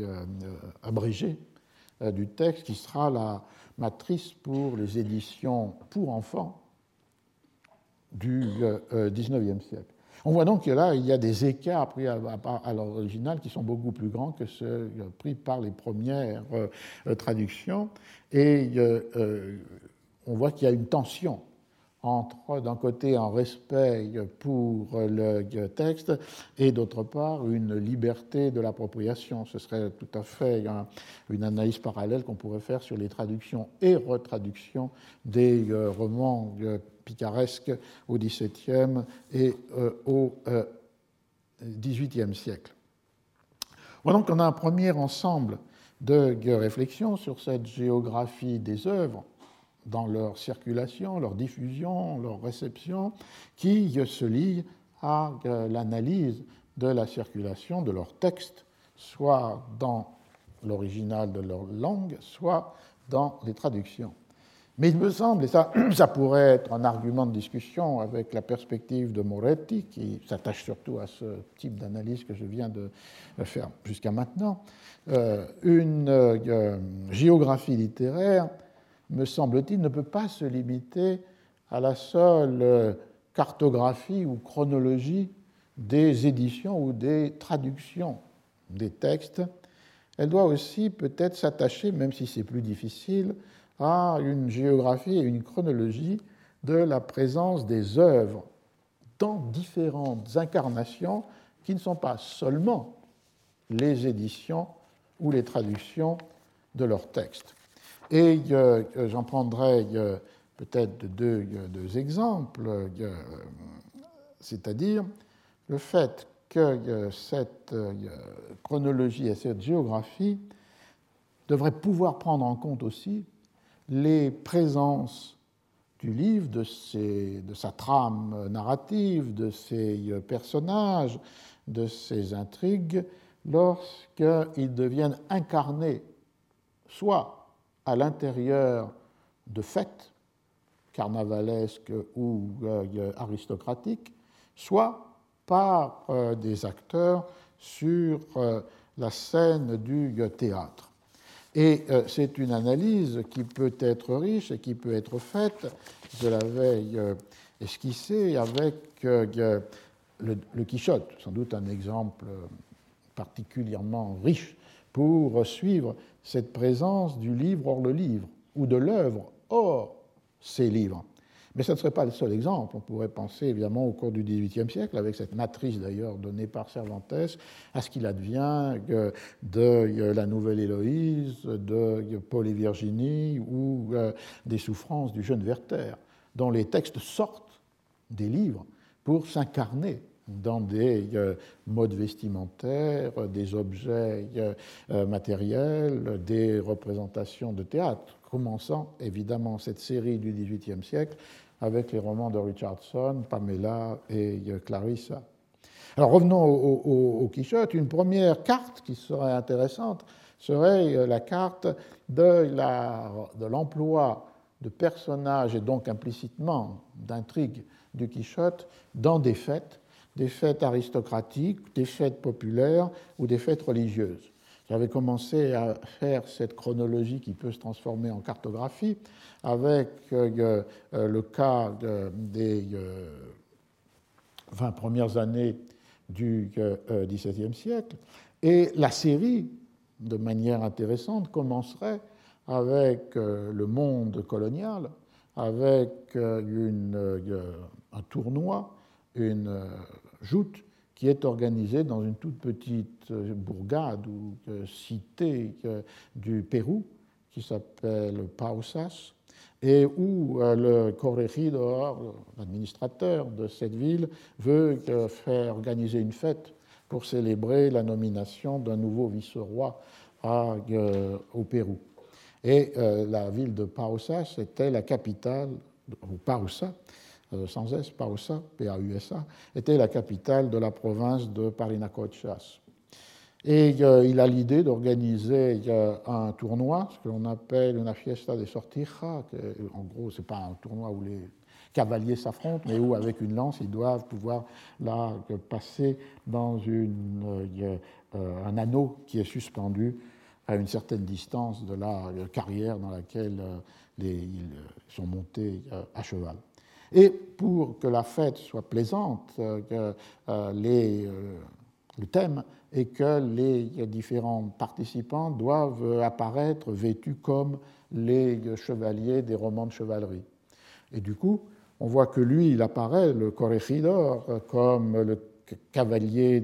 abrégée du texte qui sera la matrice pour les éditions pour enfants du XIXe siècle. On voit donc que là, il y a des écarts pris à l'original qui sont beaucoup plus grands que ceux pris par les premières traductions. Et on voit qu'il y a une tension entre, d'un côté, un respect pour le texte et, d'autre part, une liberté de l'appropriation. Ce serait tout à fait une analyse parallèle qu'on pourrait faire sur les traductions et retraductions des romans picaresques au XVIIe et au XVIIIe siècle. Voilà donc on a un premier ensemble de réflexions sur cette géographie des œuvres dans leur circulation, leur diffusion, leur réception, qui se lient à l'analyse de la circulation de leurs textes, soit dans l'original de leur langue, soit dans les traductions. Mais il me semble, et ça pourrait être un argument de discussion avec la perspective de Moretti, qui s'attache surtout à ce type d'analyse que je viens de faire jusqu'à maintenant, une géographie littéraire, me semble-t-il, ne peut pas se limiter à la seule cartographie ou chronologie des éditions ou des traductions des textes. elle doit aussi peut-être s'attacher, même si c'est plus difficile, à une géographie et une chronologie de la présence des œuvres dans différentes incarnations qui ne sont pas seulement les éditions ou les traductions de leurs textes. Et j'en prendrai peut-être deux exemples, c'est-à-dire le fait que cette chronologie et cette géographie devraient pouvoir prendre en compte aussi les présences du livre, de sa trame narrative, de ses personnages, de ses intrigues, lorsqu'ils deviennent incarnés soit à l'intérieur de fêtes carnavalesques ou aristocratiques, soit par des acteurs sur la scène du théâtre. Et c'est une analyse qui peut être riche et qui peut être faite, je l'avais esquissé, avec le Quichotte, sans doute un exemple particulièrement riche pour suivre cette présence du livre hors le livre, ou de l'œuvre hors ces livres. Mais ce ne serait pas le seul exemple. On pourrait penser évidemment au cours du XVIIIe siècle, avec cette matrice d'ailleurs donnée par Cervantes, à ce qu'il advient de la Nouvelle Héloïse, de Paul et Virginie ou des souffrances du jeune Werther, dont les textes sortent des livres pour s'incarner dans des modes vestimentaires, des objets matériels, des représentations de théâtre, commençant évidemment cette série du XVIIIe siècle avec les romans de Richardson, Pamela et Clarissa. Alors revenons au Quichotte. Une première carte qui serait intéressante serait la carte de l'emploi de personnages et donc implicitement d'intrigues du Quichotte dans des fêtes aristocratiques, des fêtes populaires ou des fêtes religieuses. J'avais commencé à faire cette chronologie qui peut se transformer en cartographie avec le cas des 20 premières années du XVIIe siècle. Et la série, de manière intéressante, commencerait avec le monde colonial, avec un tournoi, une joute qui est organisée dans une toute petite bourgade ou cité du Pérou qui s'appelle Pausas et où le corregidor, l'administrateur de cette ville, veut faire organiser une fête pour célébrer la nomination d'un nouveau vice-roi au Pérou. Et la ville de Pausas était la capitale, ou Pausa, sans S, Pausa, P-A-U-S-A, était la capitale de la province de Parinacochas. Et il a l'idée d'organiser un tournoi, ce que l'on appelle une fiesta de sortija, en gros, ce n'est pas un tournoi où les cavaliers s'affrontent, mais où, avec une lance, ils doivent pouvoir la passer dans un anneau qui est suspendu à une certaine distance de la carrière dans laquelle ils sont montés à cheval. Et pour que la fête soit plaisante, le thème est que les différents participants doivent apparaître vêtus comme les chevaliers des romans de chevalerie. Et du coup, on voit que lui, il apparaît, le corregidor, comme le chevalier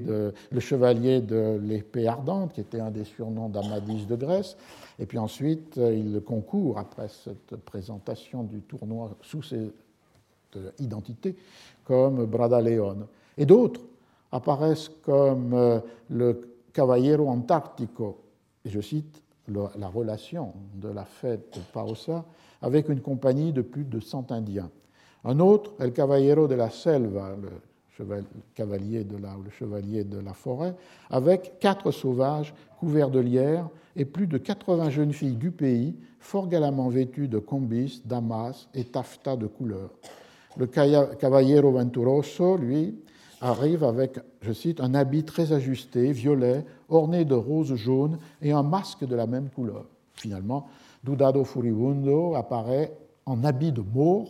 de l'épée ardente, qui était un des surnoms d'Amadis de Grèce. Et puis ensuite, il concourt, après cette présentation du tournoi sous cette identité, comme Bradaleone. Et d'autres apparaissent comme le Caballero Antártico, et je cite la relation de la fête de Pausa avec une compagnie de plus de 100 Indiens. Un autre, El Caballero de la Selva, le chevalier de la forêt, avec 4 sauvages couverts de lierre et plus de 80 jeunes filles du pays, fort galamment vêtues de combis, damas et taffetas de couleur. Le Caballero Venturoso, lui, arrive avec, je cite, un habit très ajusté, violet, orné de roses jaunes et un masque de la même couleur. Finalement, Dudado Furibundo apparaît en habit de maure,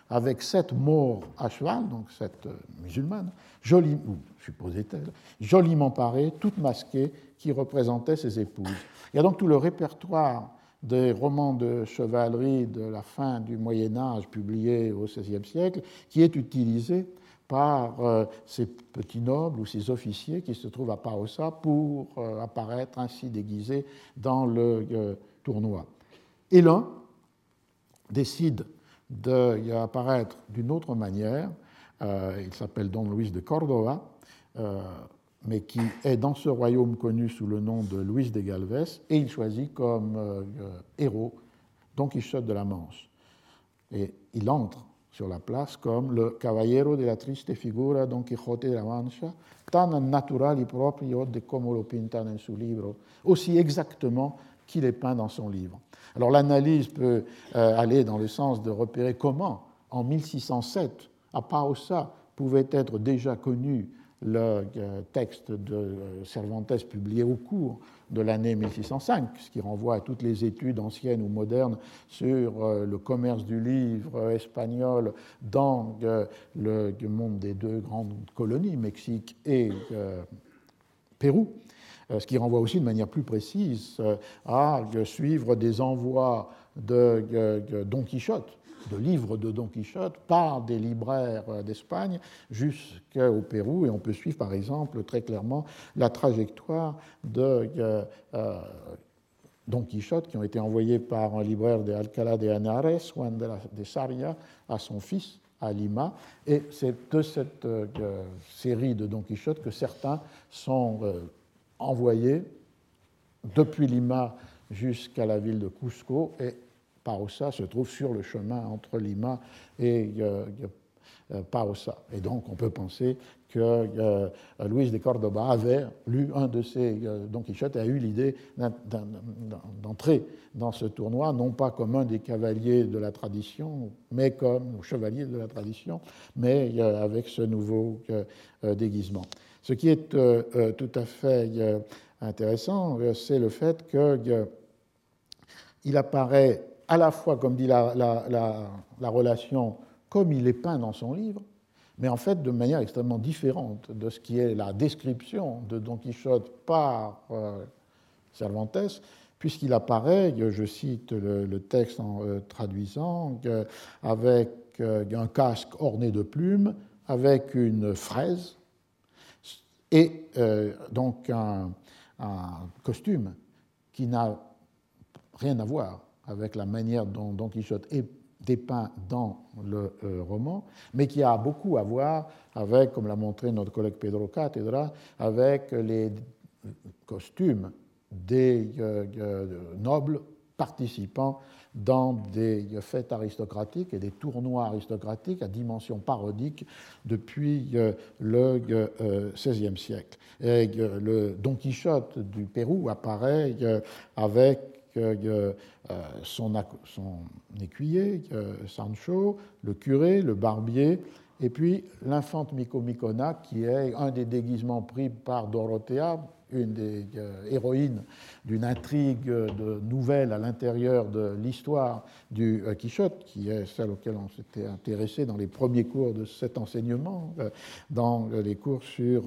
avec 7 maures à cheval, donc 7 musulmanes, supposait-elle, joliment parées, toutes masquées, qui représentaient ses épouses. Il y a donc tout le répertoire des romans de chevalerie de la fin du Moyen-Âge publiés au XVIe siècle qui est utilisé par ces petits nobles ou ces officiers qui se trouvent à Paossa pour apparaître ainsi déguisés dans le tournoi. Et l'un décide d'apparaître d'une autre manière. Il s'appelle Don Luis de Córdoba, mais qui est dans ce royaume connu sous le nom de Luis de Galvez, et il choisit comme héros Don Quichotte de la Manche. Et il entre sur la place comme le caballero de la triste figura Don Quijote de la Mancha, tan natural y proprio de como lo pintan en su libro, aussi exactement qu'il est peint dans son livre. Alors l'analyse peut aller dans le sens de repérer comment, en 1607, à Paossa, pouvait être déjà connu le texte de Cervantes publié au cours de l'année 1605, ce qui renvoie à toutes les études anciennes ou modernes sur le commerce du livre espagnol dans le monde des deux grandes colonies, Mexique et Pérou, ce qui renvoie aussi de manière plus précise à suivre des envois de Don Quichotte, de livres de Don Quichotte par des libraires d'Espagne jusqu'au Pérou, et on peut suivre par exemple très clairement la trajectoire de Don Quichotte qui ont été envoyés par un libraire de Alcalá de Henares, Juan de Sarria, à son fils à Lima, et c'est de cette série de Don Quichotte que certains sont envoyés depuis Lima jusqu'à la ville de Cusco, et Paossa se trouve sur le chemin entre Lima et Paossa. Et donc, on peut penser que Luis de Córdoba avait lu un de ces Don Quichotte et a eu l'idée d'entrer dans ce tournoi, non pas comme un des cavaliers de la tradition, mais comme chevalier de la tradition, mais avec ce nouveau déguisement. Ce qui est tout à fait intéressant, c'est le fait qu'il apparaît à la fois, comme dit la relation, comme il est peint dans son livre, mais en fait de manière extrêmement différente de ce qui est la description de Don Quichotte par Cervantes, puisqu'il apparaît, je cite le texte en traduisant, avec un casque orné de plumes, avec une fraise, et donc un costume qui n'a rien à voir avec la manière dont Don Quichotte est dépeint dans le roman, mais qui a beaucoup à voir avec, comme l'a montré notre collègue Pedro Cátedra, avec les costumes des nobles participant dans des fêtes aristocratiques et des tournois aristocratiques à dimension parodique depuis le XVIe siècle. Et le Don Quichotte du Pérou apparaît avec son écuyer, Sancho, le curé, le barbier, et puis l'infante Micomicona, qui est un des déguisements pris par Dorothea, une des héroïnes d'une intrigue de nouvelles à l'intérieur de l'histoire du Quichotte, qui est celle auquel on s'était intéressé dans les premiers cours de cet enseignement, dans les cours sur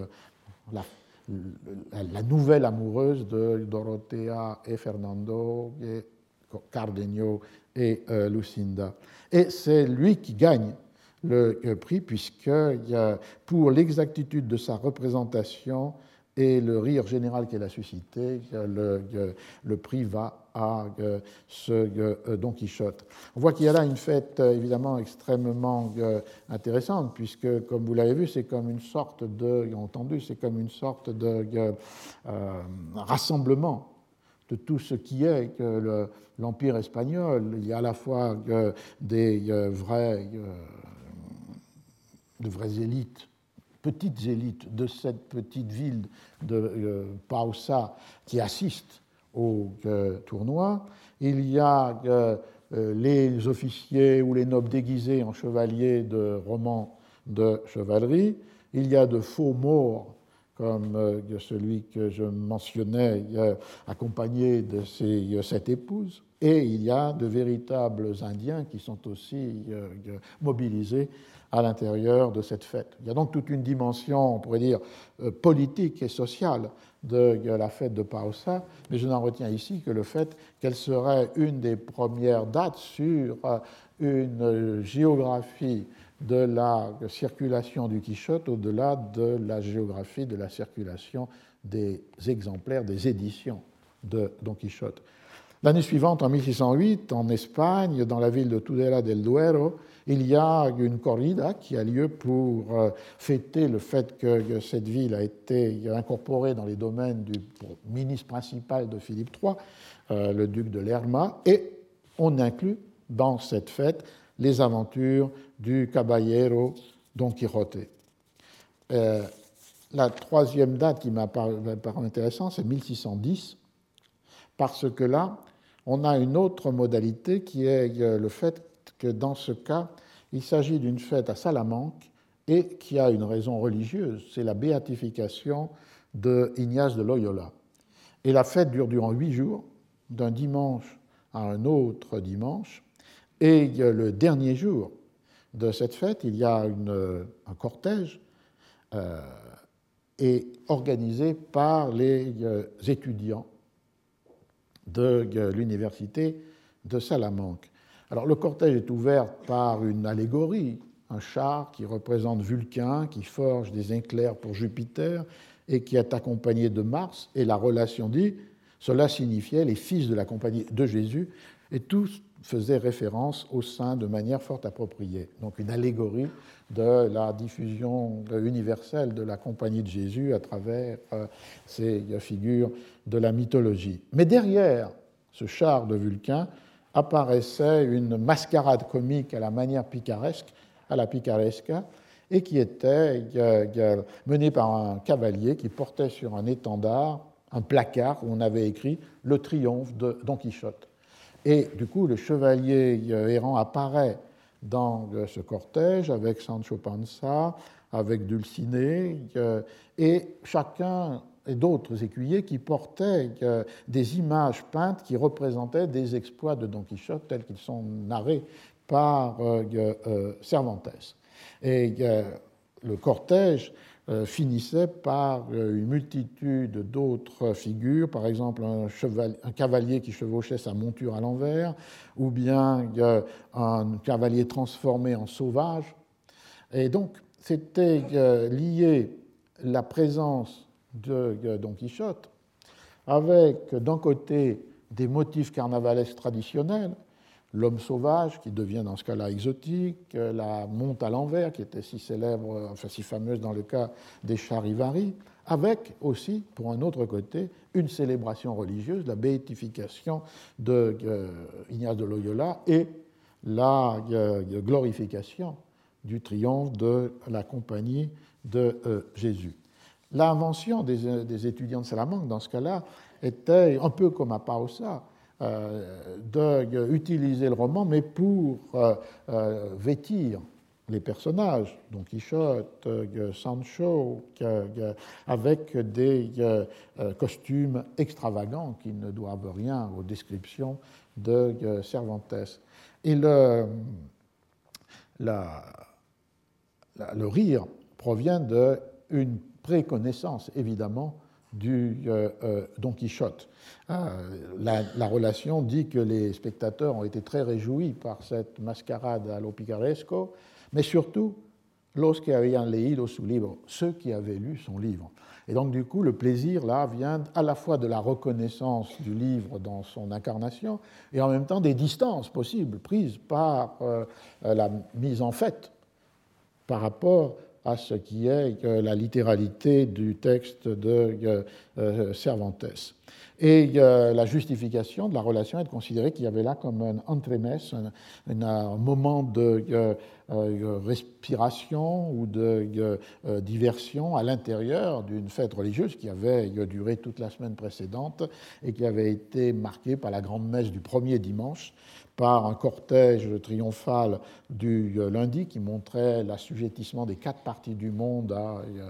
la nouvelle amoureuse de Dorothea et Fernando, et Cardenio et Lucinda. Et c'est lui qui gagne le prix, puisque pour l'exactitude de sa représentation et le rire général qu'elle a suscité, le prix va à ce Don Quichotte. On voit qu'il y a là une fête évidemment extrêmement intéressante, puisque, comme vous l'avez vu, c'est comme une sorte de rassemblement de tout ce qui est l'Empire espagnol. Il y a à la fois de vraies élites, petites élites de cette petite ville de Paossa qui assistent au tournoi. Il y a les officiers ou les nobles déguisés en chevaliers de romans de chevalerie. Il y a de faux maures comme celui que je mentionnais, accompagné de ses 7 épouses, et il y a de véritables Indiens qui sont aussi mobilisés à l'intérieur de cette fête. Il y a donc toute une dimension, on pourrait dire, politique et sociale de la fête de Paosa, mais je n'en retiens ici que le fait qu'elle serait une des premières dates sur une géographie de la circulation du Quichotte au-delà de la géographie de la circulation des exemplaires, des éditions de Don Quichotte. L'année suivante, en 1608, en Espagne, dans la ville de Tudela del Duero, il y a une corrida qui a lieu pour fêter le fait que cette ville a été incorporée dans les domaines du ministre principal de Philippe III, le duc de Lerma, et on inclut dans cette fête les aventures du caballero Don Quijote. La troisième date qui m'a paru intéressante, c'est 1610, parce que là, on a une autre modalité qui est le fait que dans ce cas, il s'agit d'une fête à Salamanque et qui a une raison religieuse, c'est la béatification de Ignace de Loyola. Et la fête dure durant 8 jours, d'un dimanche à un autre dimanche, et le dernier jour de cette fête, il y a un cortège et organisé par les étudiants de l'université de Salamanque. Alors le cortège est ouvert par une allégorie, un char qui représente Vulcain, qui forge des éclairs pour Jupiter et qui est accompagné de Mars, et la relation dit, cela signifiait les fils de la compagnie de Jésus, et tous faisaient référence au saint de manière fort appropriée. Donc une allégorie de la diffusion universelle de la compagnie de Jésus à travers ces figures de la mythologie. Mais derrière ce char de Vulcain apparaissait une mascarade comique à la manière picaresque, à la picaresca, et qui était menée par un cavalier qui portait sur un étendard un placard où on avait écrit « Le triomphe de Don Quichotte ». Et du coup, le chevalier errant apparaît dans ce cortège avec Sancho Panza, avec Dulcinée, et chacun et d'autres écuyers qui portaient des images peintes qui représentaient des exploits de Don Quichotte tels qu'ils sont narrés par Cervantes. Et le cortège finissait par une multitude d'autres figures, par exemple un cavalier qui chevauchait sa monture à l'envers, ou bien un cavalier transformé en sauvage. Et donc, c'était lié la présence de Don Quichotte avec, d'un côté, des motifs carnavalesques traditionnels, l'homme sauvage, qui devient dans ce cas-là exotique, la monte à l'envers, qui était si célèbre, enfin si fameuse dans le cas des Charivari, avec aussi, pour un autre côté, une célébration religieuse, la béatification de Ignace de Loyola et la glorification du triomphe de la compagnie de Jésus. L'invention des étudiants de Salamanque, dans ce cas-là, était un peu comme à Paosa, d'utiliser le roman, mais pour vêtir les personnages, Don Quichotte, Sancho, avec des costumes extravagants qui ne doivent rien aux descriptions de Cervantes. Et le rire provient d'une préconnaissance, évidemment, du Don Quichotte. La relation dit que les spectateurs ont été très réjouis par cette mascarade à lo picaresco, mais surtout, los que habían leído su libro, ceux qui avaient lu son livre. Et donc, du coup, le plaisir, là, vient à la fois de la reconnaissance du livre dans son incarnation et en même temps des distances possibles prises par la mise en fait par rapport à ce qui est la littéralité du texte de Cervantes. Et la justification de la relation est de considérer qu'il y avait là comme un entremès, un moment de respiration ou de diversion à l'intérieur d'une fête religieuse qui avait duré toute la semaine précédente et qui avait été marquée par la grande messe du premier dimanche, par un cortège triomphal du lundi qui montrait l'assujettissement des 4 parties du monde à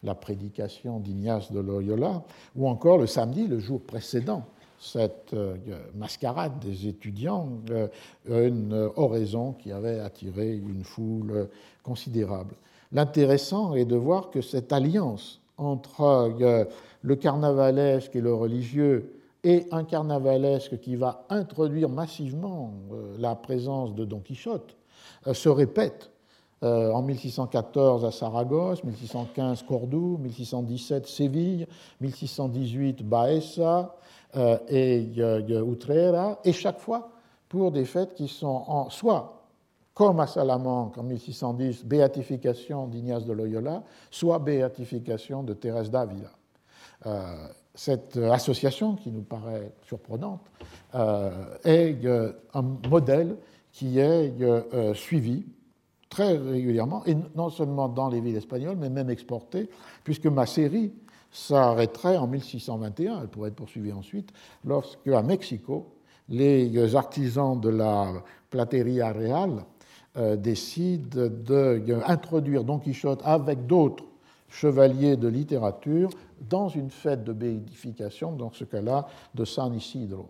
la prédication d'Ignace de Loyola, ou encore le samedi, le jour précédent, cette mascarade des étudiants, une oraison qui avait attiré une foule considérable. L'intéressant est de voir que cette alliance entre le carnavalesque et le religieux et un carnavalesque qui va introduire massivement la présence de Don Quichotte se répète en 1614 à Saragosse, 1615 Cordoue, 1617 Séville, 1618 Baeza et Utrera, et chaque fois pour des fêtes qui sont soit comme à Salamanque en 1610, béatification d'Ignace de Loyola, soit béatification de Thérèse d'Avila. Cette association, qui nous paraît surprenante, est un modèle qui est suivi très régulièrement, et non seulement dans les villes espagnoles, mais même exporté, puisque ma série s'arrêterait en 1621, elle pourrait être poursuivie ensuite, lorsque à Mexico, les artisans de la Platería Real décident d'introduire Don Quichotte avec d'autres chevaliers de littérature dans une fête de béatification, dans ce cas-là de San Isidro.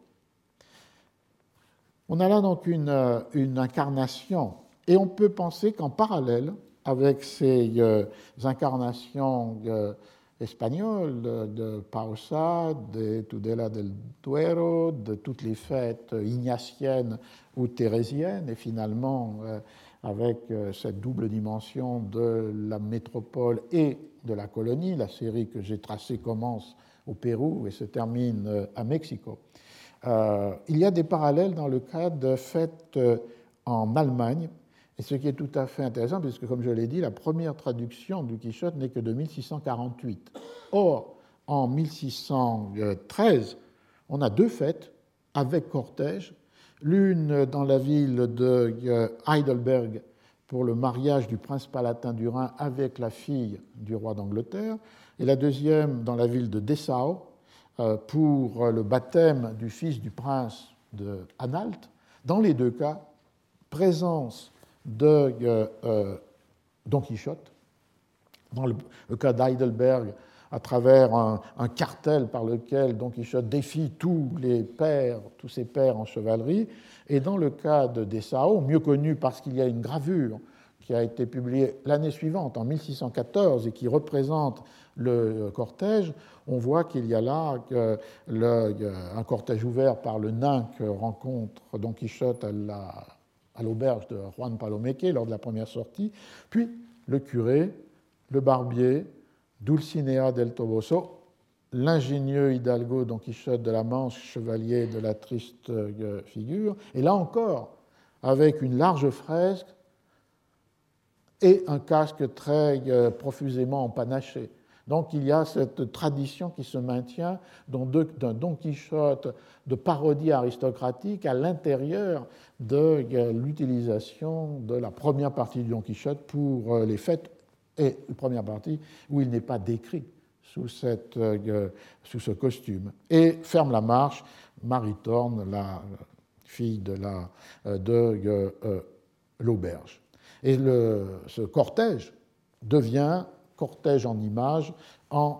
On a là donc une incarnation, et on peut penser qu'en parallèle avec ces incarnations espagnoles de Pausa, de Tudela del Duero, de toutes les fêtes ignatiennes ou thérésiennes, et finalement avec cette double dimension de la métropole et de la colonie. La série que j'ai tracée commence au Pérou et se termine à Mexico. Il y a des parallèles dans le cas de fêtes en Allemagne, et ce qui est tout à fait intéressant, puisque, comme je l'ai dit, la première traduction du Quichotte n'est que de 1648. Or, en 1613, on a deux fêtes avec cortège, l'une dans la ville de Heidelberg pour le mariage du prince palatin du Rhin avec la fille du roi d'Angleterre, et la deuxième dans la ville de Dessau pour le baptême du fils du prince de Anhalt. Dans les deux cas, présence de Don Quichotte. Dans le cas d'Heidelberg, à travers un cartel par lequel Don Quichotte défie tous ses pairs en chevalerie. Et dans le cas de Dessau, mieux connu parce qu'il y a une gravure qui a été publiée l'année suivante, en 1614, et qui représente le cortège, on voit qu'il y a là un cortège ouvert par le nain que rencontre Don Quichotte à l'auberge de Juan Palomeque lors de la première sortie, puis le curé, le barbier, Dulcinea del Toboso, l'ingénieux hidalgo Don Quichotte de la Manche, chevalier de la triste figure, et là encore, avec une large fresque et un casque très profusément empanaché. Donc il y a cette tradition qui se maintient d'un Don Quichotte de parodie aristocratique à l'intérieur de l'utilisation de la première partie du Don Quichotte pour les fêtes, et une première partie où il n'est pas décrit sous ce costume. Et ferme la marche Marie Thorne, la fille de l'auberge. Et ce cortège devient cortège en images en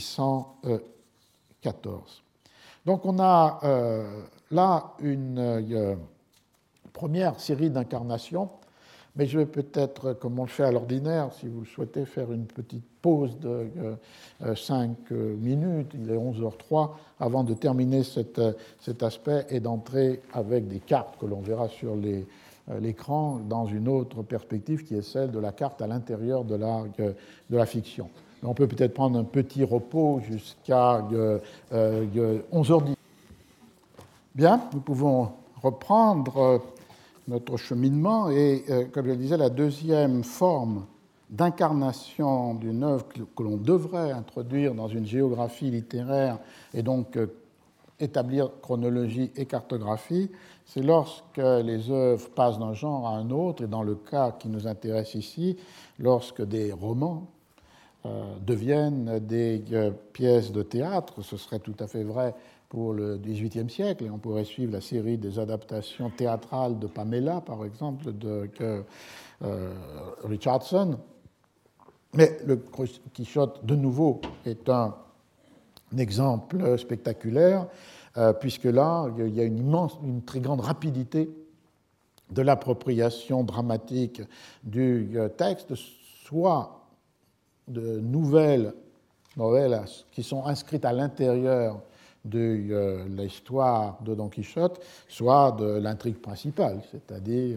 1614. Donc on a là une première série d'incarnations, mais je vais peut-être, comme on le fait à l'ordinaire, si vous le souhaitez, faire une petite pause de 5 minutes, il est 11h03, avant de terminer cet aspect et d'entrer avec des cartes que l'on verra sur l'écran dans une autre perspective qui est celle de la carte à l'intérieur de la fiction. On peut peut-être prendre un petit repos jusqu'à 11h10. Bien, nous pouvons reprendre notre cheminement et, comme je le disais, la deuxième forme d'incarnation d'une œuvre que l'on devrait introduire dans une géographie littéraire et donc établir chronologie et cartographie, c'est lorsque les œuvres passent d'un genre à un autre, et dans le cas qui nous intéresse ici, lorsque des romans deviennent des pièces de théâtre. Ce serait tout à fait vrai pour le XVIIIe siècle, et on pourrait suivre la série des adaptations théâtrales de Pamela, par exemple, de Richardson. Mais le Quichotte, de nouveau, est un exemple spectaculaire, puisque là, il y a une très grande rapidité de l'appropriation dramatique du texte, soit de nouvelles qui sont inscrites à l'intérieur de l'histoire de Don Quichotte, soit de l'intrigue principale, c'est-à-dire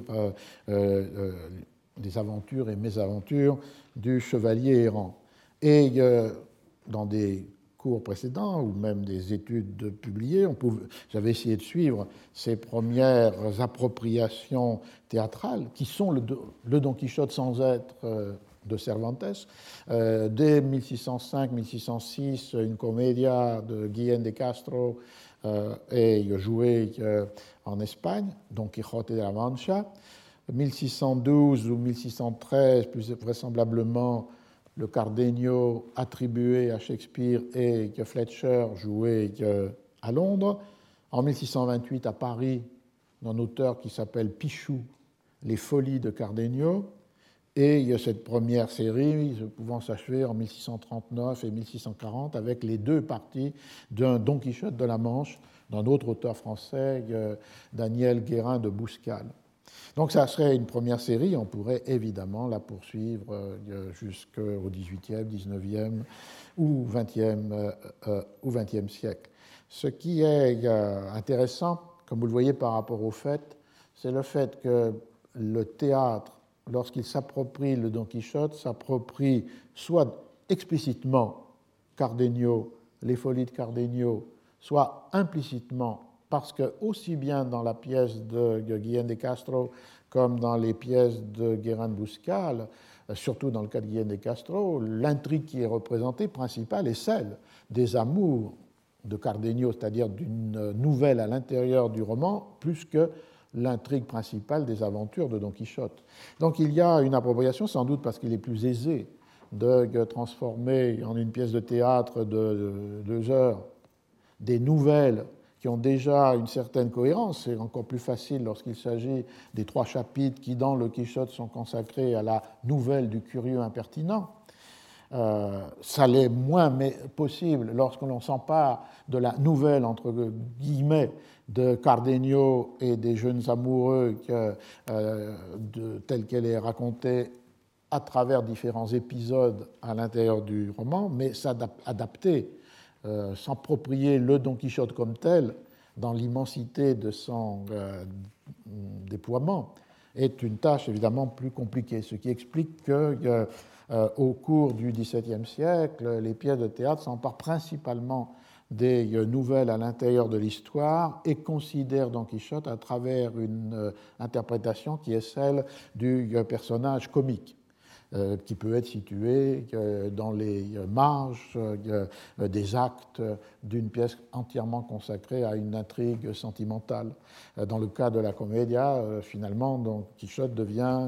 des aventures et mésaventures du chevalier errant. Et dans des cours précédents, ou même des études publiées, j'avais essayé de suivre ces premières appropriations théâtrales, qui sont le Don Quichotte sans être de Cervantes. Dès 1605-1606, une comédia de Guillén de Castro est jouée en Espagne, Don Quijote de la Mancha. 1612 ou 1613, plus vraisemblablement, le Cardenio attribué à Shakespeare et que Fletcher joué à Londres. En 1628, à Paris, un auteur qui s'appelle Pichou, Les Folies de Cardenio. Et il y a cette première série pouvant s'achever en 1639 et 1640 avec les deux parties d'un Don Quichotte de la Manche d'un autre auteur français, Daniel Guérin de Bouscal. Donc ça serait une première série, on pourrait évidemment la poursuivre jusqu'au XVIIIe, XIXe ou XXe siècle. Ce qui est intéressant, comme vous le voyez par rapport au fait, c'est le fait que le théâtre, lorsqu'il s'approprie le Don Quichotte, s'approprie soit explicitement Cardenio, les Folies de Cardenio, soit implicitement, parce que aussi bien dans la pièce de Guillén de Castro comme dans les pièces de Guérin de Bouscal, surtout dans le cas de Guillén de Castro, l'intrigue qui est représentée principale est celle des amours de Cardenio, c'est-à-dire d'une nouvelle à l'intérieur du roman, plus que l'intrigue principale des aventures de Don Quichotte. Donc il y a une appropriation, sans doute parce qu'il est plus aisé de transformer en une pièce de théâtre de 2 heures des nouvelles qui ont déjà une certaine cohérence. C'est encore plus facile lorsqu'il s'agit des 3 chapitres qui, dans le Quichotte, sont consacrés à la nouvelle du curieux impertinent. Ça l'est moins possible lorsque l'on s'empare de la nouvelle, entre guillemets, de Cardenio et des jeunes amoureux telle qu'elle est racontée à travers différents épisodes à l'intérieur du roman, mais s'adapter, s'approprier le Don Quichotte comme tel, dans l'immensité de son déploiement, est une tâche évidemment plus compliquée, ce qui explique que au cours du XVIIe siècle, les pièces de théâtre s'emparent principalement des nouvelles à l'intérieur de l'histoire et considèrent Don Quichotte à travers une interprétation qui est celle du personnage comique, qui peut être situé dans les marges des actes d'une pièce entièrement consacrée à une intrigue sentimentale. Dans le cas de la Commedia, finalement, Don Quichotte devient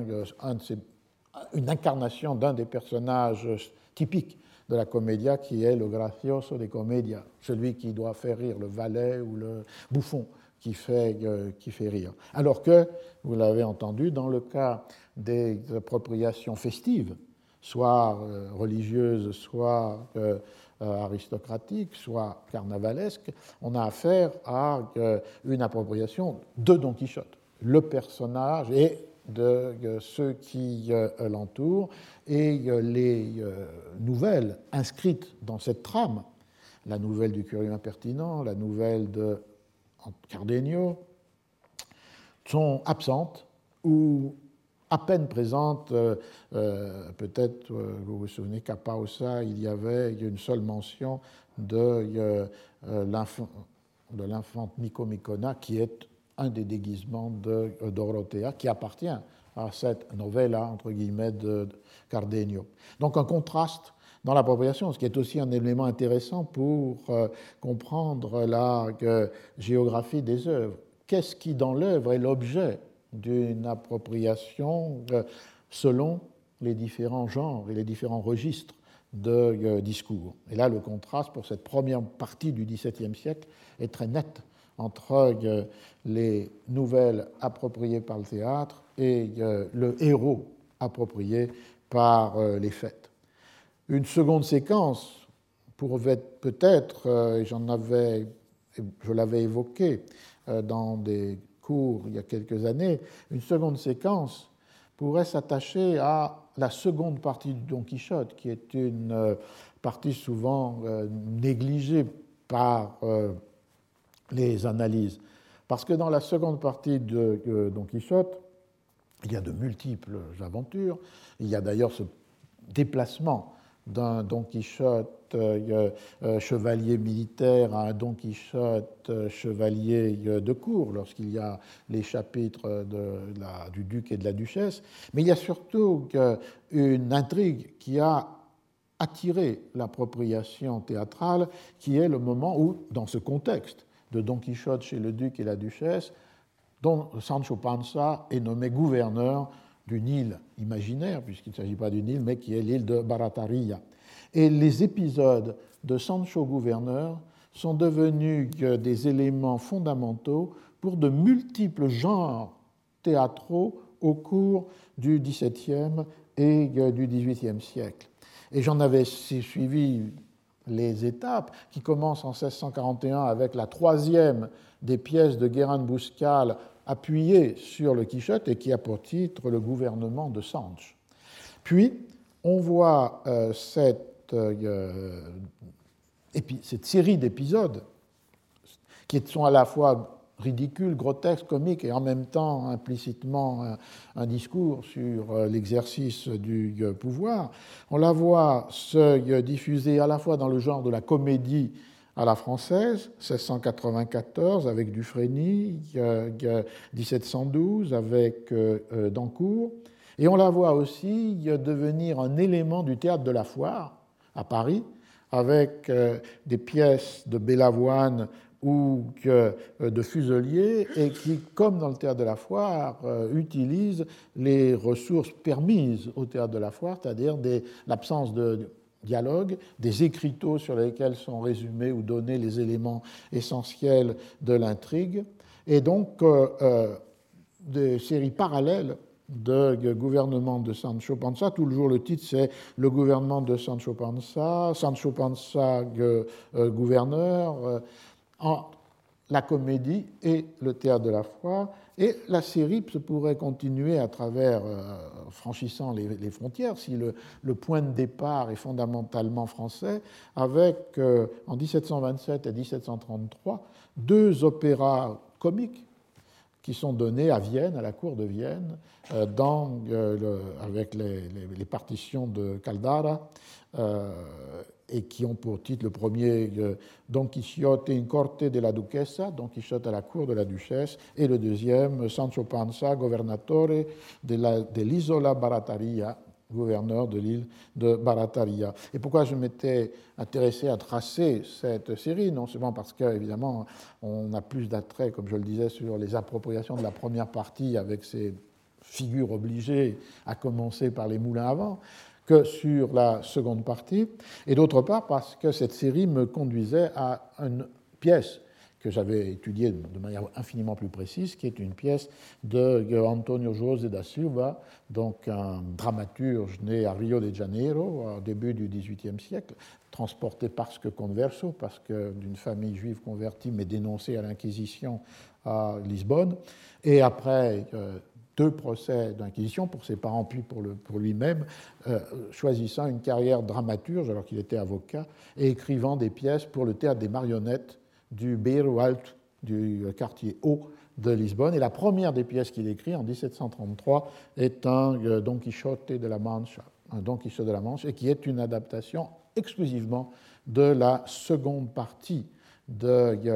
une incarnation d'un des personnages typiques de la Commedia, qui est le gracioso de Commedia, celui qui doit faire rire, le valet ou le bouffon qui fait rire. Alors que, vous l'avez entendu, dans le cas des appropriations festives, soit religieuses, soit aristocratiques, soit carnavalesques, on a affaire à une appropriation de Don Quichotte. Le personnage et de ceux qui l'entourent et les nouvelles inscrites dans cette trame, la nouvelle du curieux impertinent, la nouvelle de Cardenio, sont absentes ou à peine présentes. Peut-être vous vous souvenez qu'à Pausa, il y avait une seule mention de l'infante Micomicona, qui est un des déguisements de Dorothea, qui appartient à cette novella, entre guillemets, de Cardenio. Donc un contraste dans l'appropriation, ce qui est aussi un élément intéressant pour comprendre la géographie des œuvres. Qu'est-ce qui, dans l'œuvre, est l'objet d'une appropriation selon les différents genres et les différents registres de discours. Et là, le contraste pour cette première partie du XVIIe siècle est très net entre les nouvelles appropriées par le théâtre et le héros approprié par les fêtes. Une seconde séquence pourrait peut-être, je l'avais évoqué dans des cours il y a quelques années, une seconde séquence pourrait s'attacher à la seconde partie du Don Quichotte, qui est une partie souvent négligée par les analyses. Parce que dans la seconde partie de Don Quichotte, il y a de multiples aventures. Il y a d'ailleurs ce déplacement d'un Don Quichotte chevalier militaire à un Don Quichotte chevalier de cour, lorsqu'il y a les chapitres du duc et de la duchesse. Mais il y a surtout une intrigue qui a attiré l'appropriation théâtrale, qui est le moment où, dans ce contexte de Don Quichotte chez le duc et la duchesse, dont Sancho Panza est nommé gouverneur d'une île imaginaire, puisqu'il ne s'agit pas d'une île, mais qui est l'île de Barataria. Et les épisodes de Sancho gouverneur sont devenus des éléments fondamentaux pour de multiples genres théâtraux au cours du XVIIe et du XVIIIe siècle. Et j'en avais suivi les étapes, qui commencent en 1641 avec la troisième des pièces de Guérin de Bouscal appuyée sur le Quichotte et qui a pour titre le gouvernement de Sanche. Puis, on voit cette série d'épisodes qui sont à la fois ridicules, grotesques, comiques et en même temps implicitement un discours sur l'exercice du pouvoir. On la voit se diffuser à la fois dans le genre de la comédie à la française, 1694 avec Dufresne, 1712 avec Dancourt, et on la voit aussi devenir un élément du théâtre de la Foire à Paris, avec des pièces de Bellavoine ou de Fuselier, et qui, comme dans le théâtre de la Foire, utilisent les ressources permises au théâtre de la Foire, c'est-à-dire l'absence de dialogue, des écriteaux sur lesquels sont résumés ou donnés les éléments essentiels de l'intrigue, et donc des séries parallèles de gouvernement de Sancho Panza. Toujours le titre, c'est le gouvernement de Sancho Panza gouverneur, la comédie et le théâtre de la Foire. Et la série se pourrait continuer à travers, franchissant les frontières, si le point de départ est fondamentalement français, avec, en 1727 et 1733, deux opéras comiques qui sont donnés à Vienne, à la cour de Vienne, avec les partitions de Caldara, et qui ont pour titre le premier Don Quixote in corte de la duquesa, Don Quichotte à la cour de la duchesse, et le deuxième Sancho Panza, governatore de l'isola Barataria, gouverneur de l'île de Barataria. Et pourquoi je m'étais intéressé à tracer cette série? Non seulement parce qu'évidemment, on a plus d'attrait, comme je le disais, sur les appropriations de la première partie avec ses figures obligées, à commencer par les moulins à vent, que sur la seconde partie, et d'autre part parce que cette série me conduisait à une pièce que j'avais étudiée de manière infiniment plus précise, qui est une pièce de Antonio José da Silva, donc un dramaturge né à Rio de Janeiro au début du XVIIIe siècle, transporté parce que converso, parce que d'une famille juive convertie mais dénoncée à l'Inquisition à Lisbonne, et après deux procès d'inquisition pour ses parents puis pour lui-même, choisissant une carrière dramaturge alors qu'il était avocat et écrivant des pièces pour le théâtre des marionnettes du Beiro Alto, du quartier haut de Lisbonne. Et la première des pièces qu'il écrit en 1733 est un Don Quichotte de la Mancha, un Don Quichotte de la Manche, et qui est une adaptation exclusivement de la seconde partie du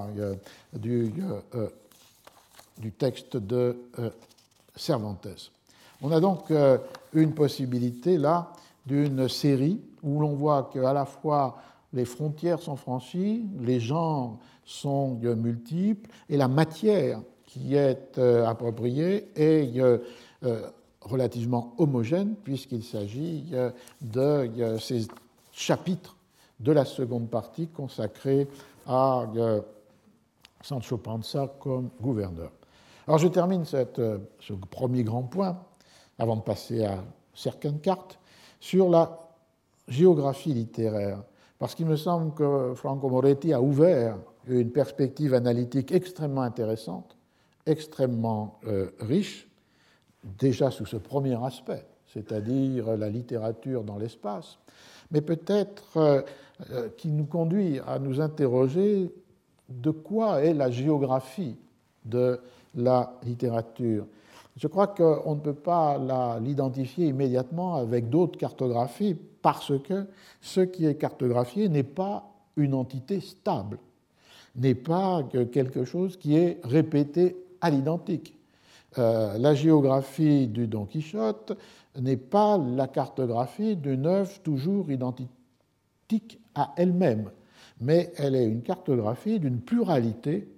texte de Cervantes. On a donc une possibilité là d'une série où l'on voit qu'à la fois les frontières sont franchies, les genres sont multiples et la matière qui est appropriée est relativement homogène puisqu'il s'agit de ces chapitres de la seconde partie consacrés à Sancho Panza comme gouverneur. Alors je termine ce premier grand point, avant de passer à certaines cartes, sur la géographie littéraire, parce qu'il me semble que Franco Moretti a ouvert une perspective analytique extrêmement intéressante, extrêmement riche, déjà sous ce premier aspect, c'est-à-dire la littérature dans l'espace, mais peut-être qui nous conduit à nous interroger de quoi est la géographie de la littérature. Je crois qu'on ne peut pas l'identifier immédiatement avec d'autres cartographies parce que ce qui est cartographié n'est pas une entité stable, n'est pas quelque chose qui est répété à l'identique. La géographie du Don Quichotte n'est pas la cartographie d'une œuvre toujours identique à elle-même, mais elle est une cartographie d'une pluralité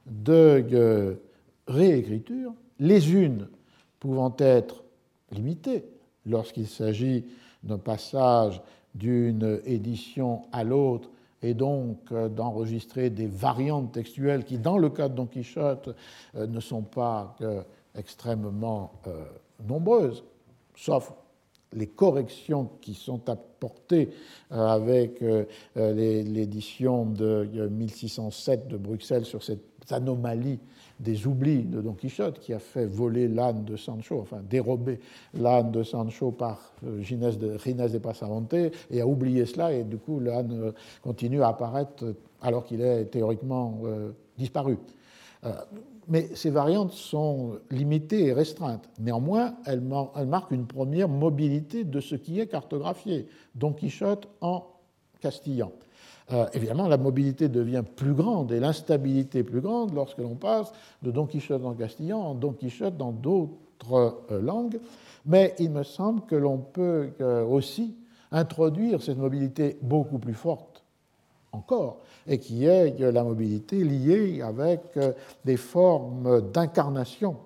de réécritures, les unes pouvant être limitées lorsqu'il s'agit d'un passage d'une édition à l'autre et donc d'enregistrer des variantes textuelles qui, dans le cas de Don Quichotte, ne sont pas extrêmement nombreuses, sauf les corrections qui sont apportées avec l'édition de 1607 de Bruxelles sur cette anomalie des oublis de Don Quichotte qui a fait voler l'âne de Sancho, enfin dérober l'âne de Sancho par Ginés de Passamonte et a oublié cela et du coup l'âne continue à apparaître alors qu'il est théoriquement disparu. Mais ces variantes sont limitées et restreintes. Néanmoins, elles marquent une première mobilité de ce qui est cartographié, Don Quichotte en castillan. Évidemment, la mobilité devient plus grande et l'instabilité plus grande lorsque l'on passe de Don Quichotte en castillan en Don Quichotte dans d'autres langues, mais il me semble que l'on peut aussi introduire cette mobilité beaucoup plus forte encore, et qui est la mobilité liée avec des formes d'incarnation,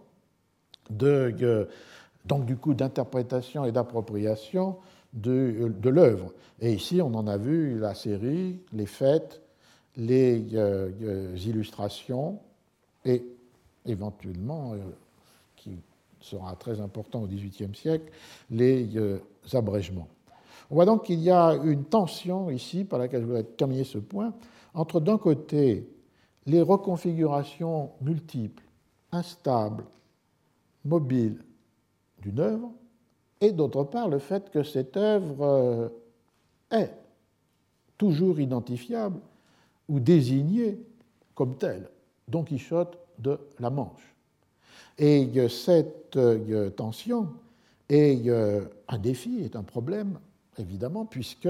donc du coup d'interprétation et d'appropriation de l'œuvre. Et ici, on en a vu la série, les fêtes, les illustrations et éventuellement, qui sera très important au XVIIIe siècle, les abrègements. On voit donc qu'il y a une tension ici, par laquelle je voudrais terminer ce point, entre d'un côté les reconfigurations multiples, instables, mobiles d'une œuvre, et d'autre part le fait que cette œuvre est toujours identifiable ou désignée comme telle, Don Quichotte de la Manche. Et cette tension est un défi, est un problème, évidemment, puisque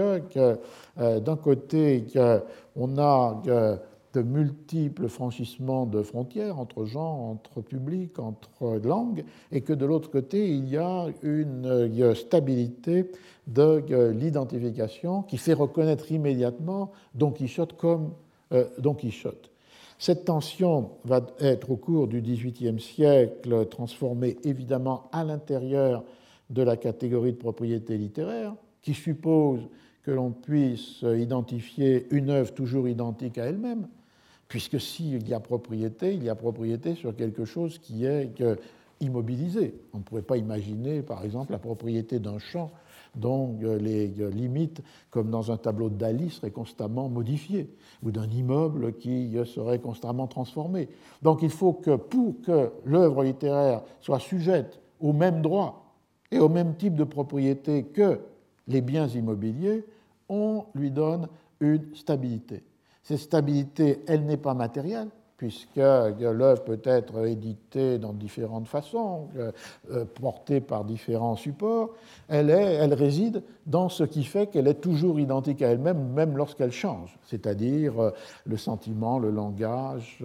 d'un côté, on a de multiples franchissements de frontières entre gens, entre publics, entre langues, et que de l'autre côté, il y a une stabilité de l'identification qui fait reconnaître immédiatement Don Quichotte comme Don Quichotte. Cette tension va être, au cours du XVIIIe siècle, transformée évidemment à l'intérieur de la catégorie de propriété littéraire, qui suppose que l'on puisse identifier une œuvre toujours identique à elle-même, puisque s'il y a propriété sur quelque chose qui est immobilisé. On ne pourrait pas imaginer, par exemple, la propriété d'un champ dont les limites, comme dans un tableau de Dali, seraient constamment modifiées, ou d'un immeuble qui serait constamment transformé. Donc il faut que, pour que l'œuvre littéraire soit sujette aux mêmes droits et au même type de propriété que les biens immobiliers, on lui donne une stabilité. Cette stabilité, elle n'est pas matérielle, puisque l'œuvre peut être éditée dans différentes façons, portée par différents supports. Elle réside dans ce qui fait qu'elle est toujours identique à elle-même, même lorsqu'elle change, c'est-à-dire le sentiment, le langage,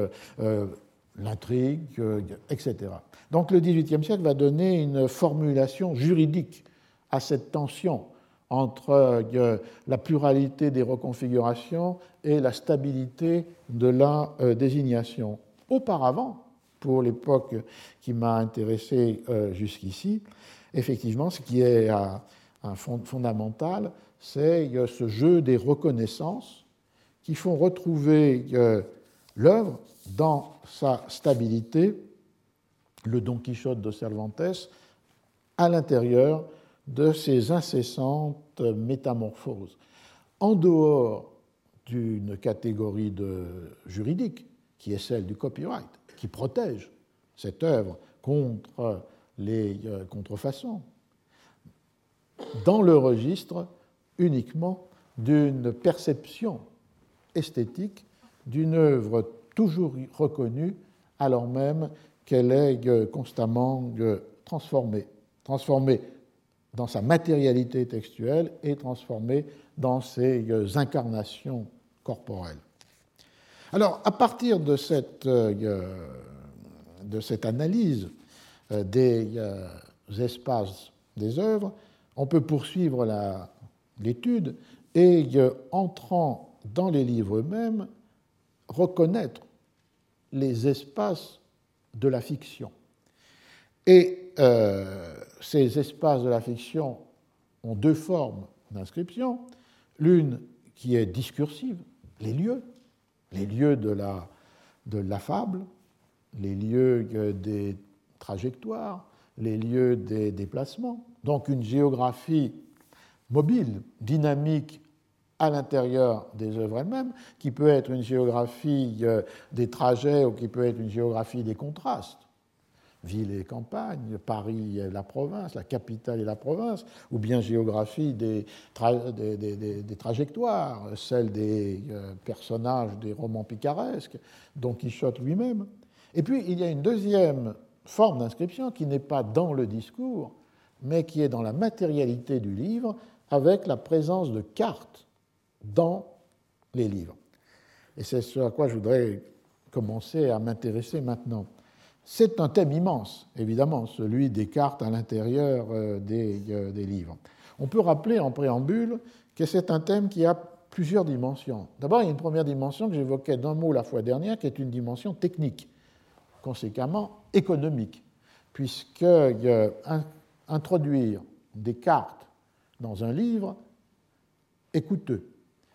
l'intrigue, etc. Donc le XVIIIe siècle va donner une formulation juridique à cette tension entre la pluralité des reconfigurations et la stabilité de la désignation. Auparavant, pour l'époque qui m'a intéressé jusqu'ici, effectivement, ce qui est fondamental, c'est ce jeu des reconnaissances qui font retrouver l'œuvre dans sa stabilité, le Don Quichotte de Cervantes, à l'intérieur de ces incessantes métamorphoses. En dehors d'une catégorie juridique, qui est celle du copyright, qui protège cette œuvre contre les contrefaçons, dans le registre uniquement d'une perception esthétique d'une œuvre toujours reconnue, alors même qu'elle est constamment transformée dans sa matérialité textuelle et transformée dans ses incarnations corporelles. Alors, à partir de cette analyse des espaces des œuvres, on peut poursuivre l'étude et, entrant dans les livres eux-mêmes, reconnaître les espaces de la fiction. Et ces espaces de la fiction ont deux formes d'inscription. L'une qui est discursive, les lieux de la fable, les lieux des trajectoires, les lieux des déplacements. Donc une géographie mobile, dynamique à l'intérieur des œuvres elles-mêmes, qui peut être une géographie des trajets ou qui peut être une géographie des contrastes, ville et campagne, Paris et la province, la capitale et la province, ou bien géographie des trajectoires, celle des personnages des romans picaresques, Don Quichotte lui-même. Et puis il y a une deuxième forme d'inscription qui n'est pas dans le discours, mais qui est dans la matérialité du livre, avec la présence de cartes dans les livres. Et c'est ce à quoi je voudrais commencer à m'intéresser maintenant. C'est un thème immense, évidemment, celui des cartes à l'intérieur des livres. On peut rappeler en préambule que c'est un thème qui a plusieurs dimensions. D'abord, il y a une première dimension que j'évoquais d'un mot la fois dernière, qui est une dimension technique, conséquemment économique, puisque introduire des cartes dans un livre est coûteux.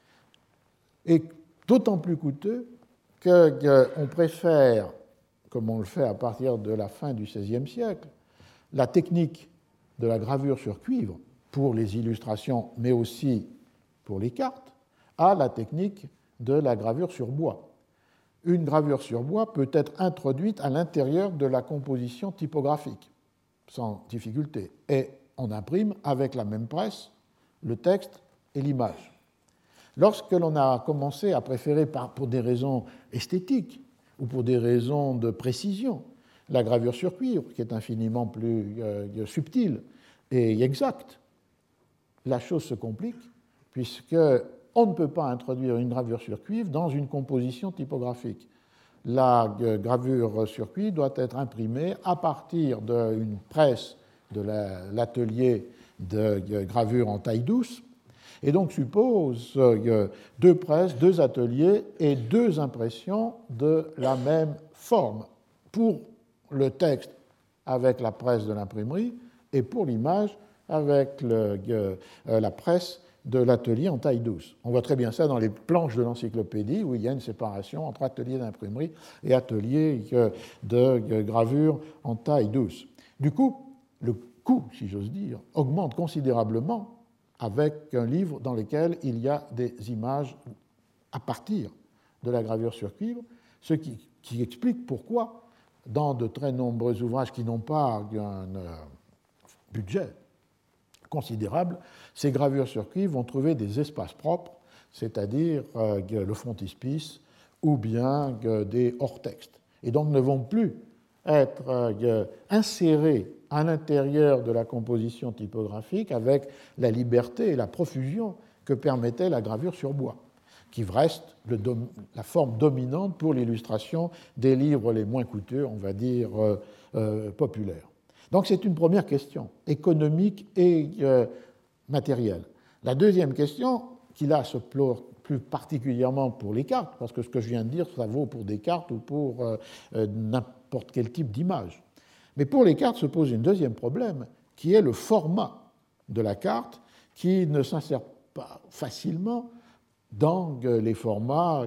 Et d'autant plus coûteux qu'on préfère, comme on le fait à partir de la fin du XVIe siècle, la technique de la gravure sur cuivre pour les illustrations, mais aussi pour les cartes, à la technique de la gravure sur bois. Une gravure sur bois peut être introduite à l'intérieur de la composition typographique, sans difficulté, et on imprime avec la même presse le texte et l'image. Lorsque l'on a commencé à préférer, pour des raisons esthétiques ou pour des raisons de précision, la gravure sur cuivre, qui est infiniment plus subtile et exacte, la chose se complique, puisqu'on ne peut pas introduire une gravure sur cuivre dans une composition typographique. La gravure sur cuivre doit être imprimée à partir d'une presse de l'atelier de gravure en taille douce, et donc suppose deux presses, deux ateliers et deux impressions de la même forme pour le texte avec la presse de l'imprimerie et pour l'image avec la presse de l'atelier en taille douce. On voit très bien ça dans les planches de l'encyclopédie où il y a une séparation entre atelier d'imprimerie et atelier de gravure en taille douce. Du coup, le coût, si j'ose dire, augmente considérablement avec un livre dans lequel il y a des images à partir de la gravure sur cuivre, ce qui explique pourquoi, dans de très nombreux ouvrages qui n'ont pas un budget considérable, ces gravures sur cuivre vont trouver des espaces propres, c'est-à-dire le frontispice ou bien des hors-textes, et donc ne vont plus être insérés à l'intérieur de la composition typographique avec la liberté et la profusion que permettait la gravure sur bois, qui reste la forme dominante pour l'illustration des livres les moins coûteux, on va dire populaires. Donc c'est une première question, économique et matérielle. La deuxième question, qui là se pose plus particulièrement pour les cartes, parce que ce que je viens de dire, ça vaut pour des cartes ou pour n'importe quel type d'image. Mais pour les cartes se pose un deuxième problème, qui est le format de la carte, qui ne s'insère pas facilement dans les formats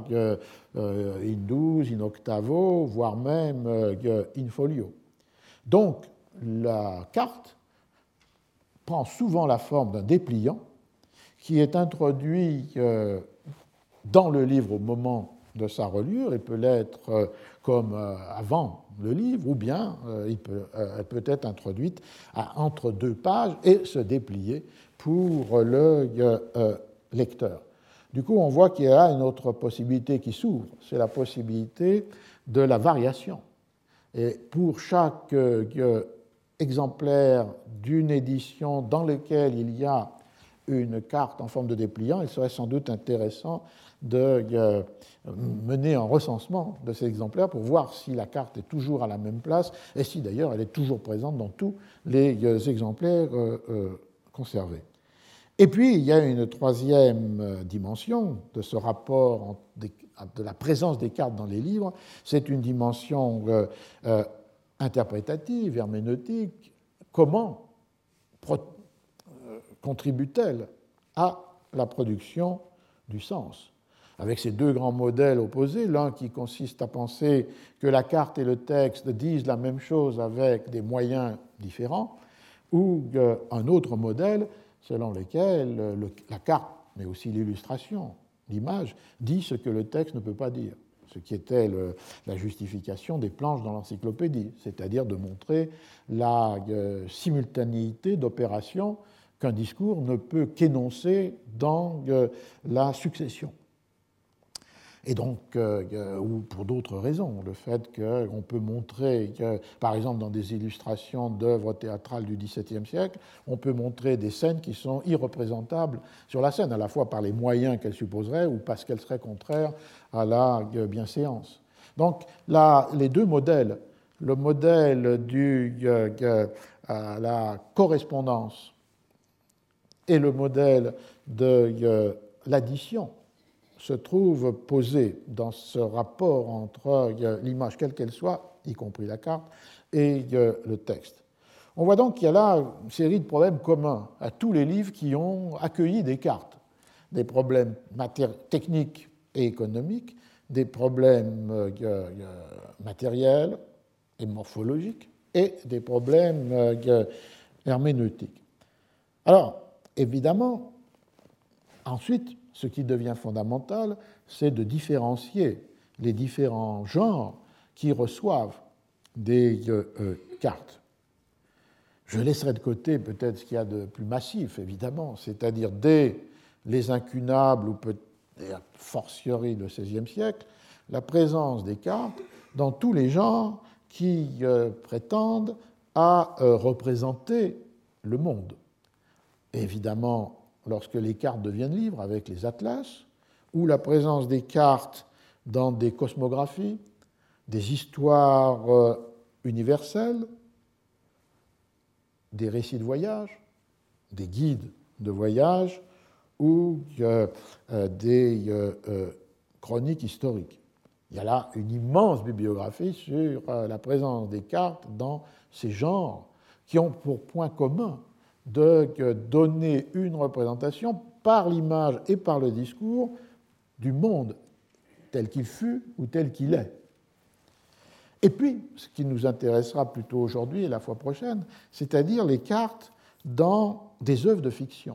in 12, in octavo, voire même in folio. Donc, la carte prend souvent la forme d'un dépliant qui est introduit dans le livre au moment de sa reliure. Il peut l'être comme avant le livre, ou bien elle peut être introduite entre deux pages et se déplier pour le lecteur. Du coup, on voit qu'il y a une autre possibilité qui s'ouvre, c'est la possibilité de la variation. Et pour chaque exemplaire d'une édition dans lequel il y a une carte en forme de dépliant, il serait sans doute intéressant de mener un recensement de ces exemplaires pour voir si la carte est toujours à la même place et si d'ailleurs elle est toujours présente dans tous les exemplaires conservés. Et puis, il y a une troisième dimension de ce rapport de la présence des cartes dans les livres, c'est une dimension interprétative, herméneutique. Comment contribue-t-elle à la production du sens? Avec ces deux grands modèles opposés, l'un qui consiste à penser que la carte et le texte disent la même chose avec des moyens différents, ou un autre modèle selon lequel la carte, mais aussi l'illustration, l'image, dit ce que le texte ne peut pas dire, ce qui était la justification des planches dans l'encyclopédie, c'est-à-dire de montrer la simultanéité d'opérations qu'un discours ne peut qu'énoncer dans la succession. Et donc, ou pour d'autres raisons, le fait qu'on peut montrer, par exemple dans des illustrations d'œuvres théâtrales du XVIIe siècle, on peut montrer des scènes qui sont irreprésentables sur la scène, à la fois par les moyens qu'elles supposeraient ou parce qu'elles seraient contraires à la bienséance. Donc, là, les deux modèles, le modèle de la correspondance et le modèle de l'addition, se trouve posé dans ce rapport entre l'image, quelle qu'elle soit, y compris la carte, et le texte. On voit donc qu'il y a là une série de problèmes communs à tous les livres qui ont accueilli des cartes. Des problèmes techniques et économiques, des problèmes matériels et morphologiques, et des problèmes herméneutiques. Alors, évidemment, ensuite, ce qui devient fondamental, c'est de différencier les différents genres qui reçoivent des cartes. Je laisserai de côté peut-être ce qu'il y a de plus massif, évidemment, c'est-à-dire dès les incunables ou peut-être fortiori le XVIe siècle, la présence des cartes dans tous les genres qui prétendent à représenter le monde. Évidemment, lorsque les cartes deviennent libres avec les atlas, ou la présence des cartes dans des cosmographies, des histoires universelles, des récits de voyage, des guides de voyage ou des chroniques historiques. Il y a là une immense bibliographie sur la présence des cartes dans ces genres qui ont pour point commun de donner une représentation par l'image et par le discours du monde tel qu'il fut ou tel qu'il est. Et puis, ce qui nous intéressera plutôt aujourd'hui et la fois prochaine, c'est-à-dire les cartes dans des œuvres de fiction.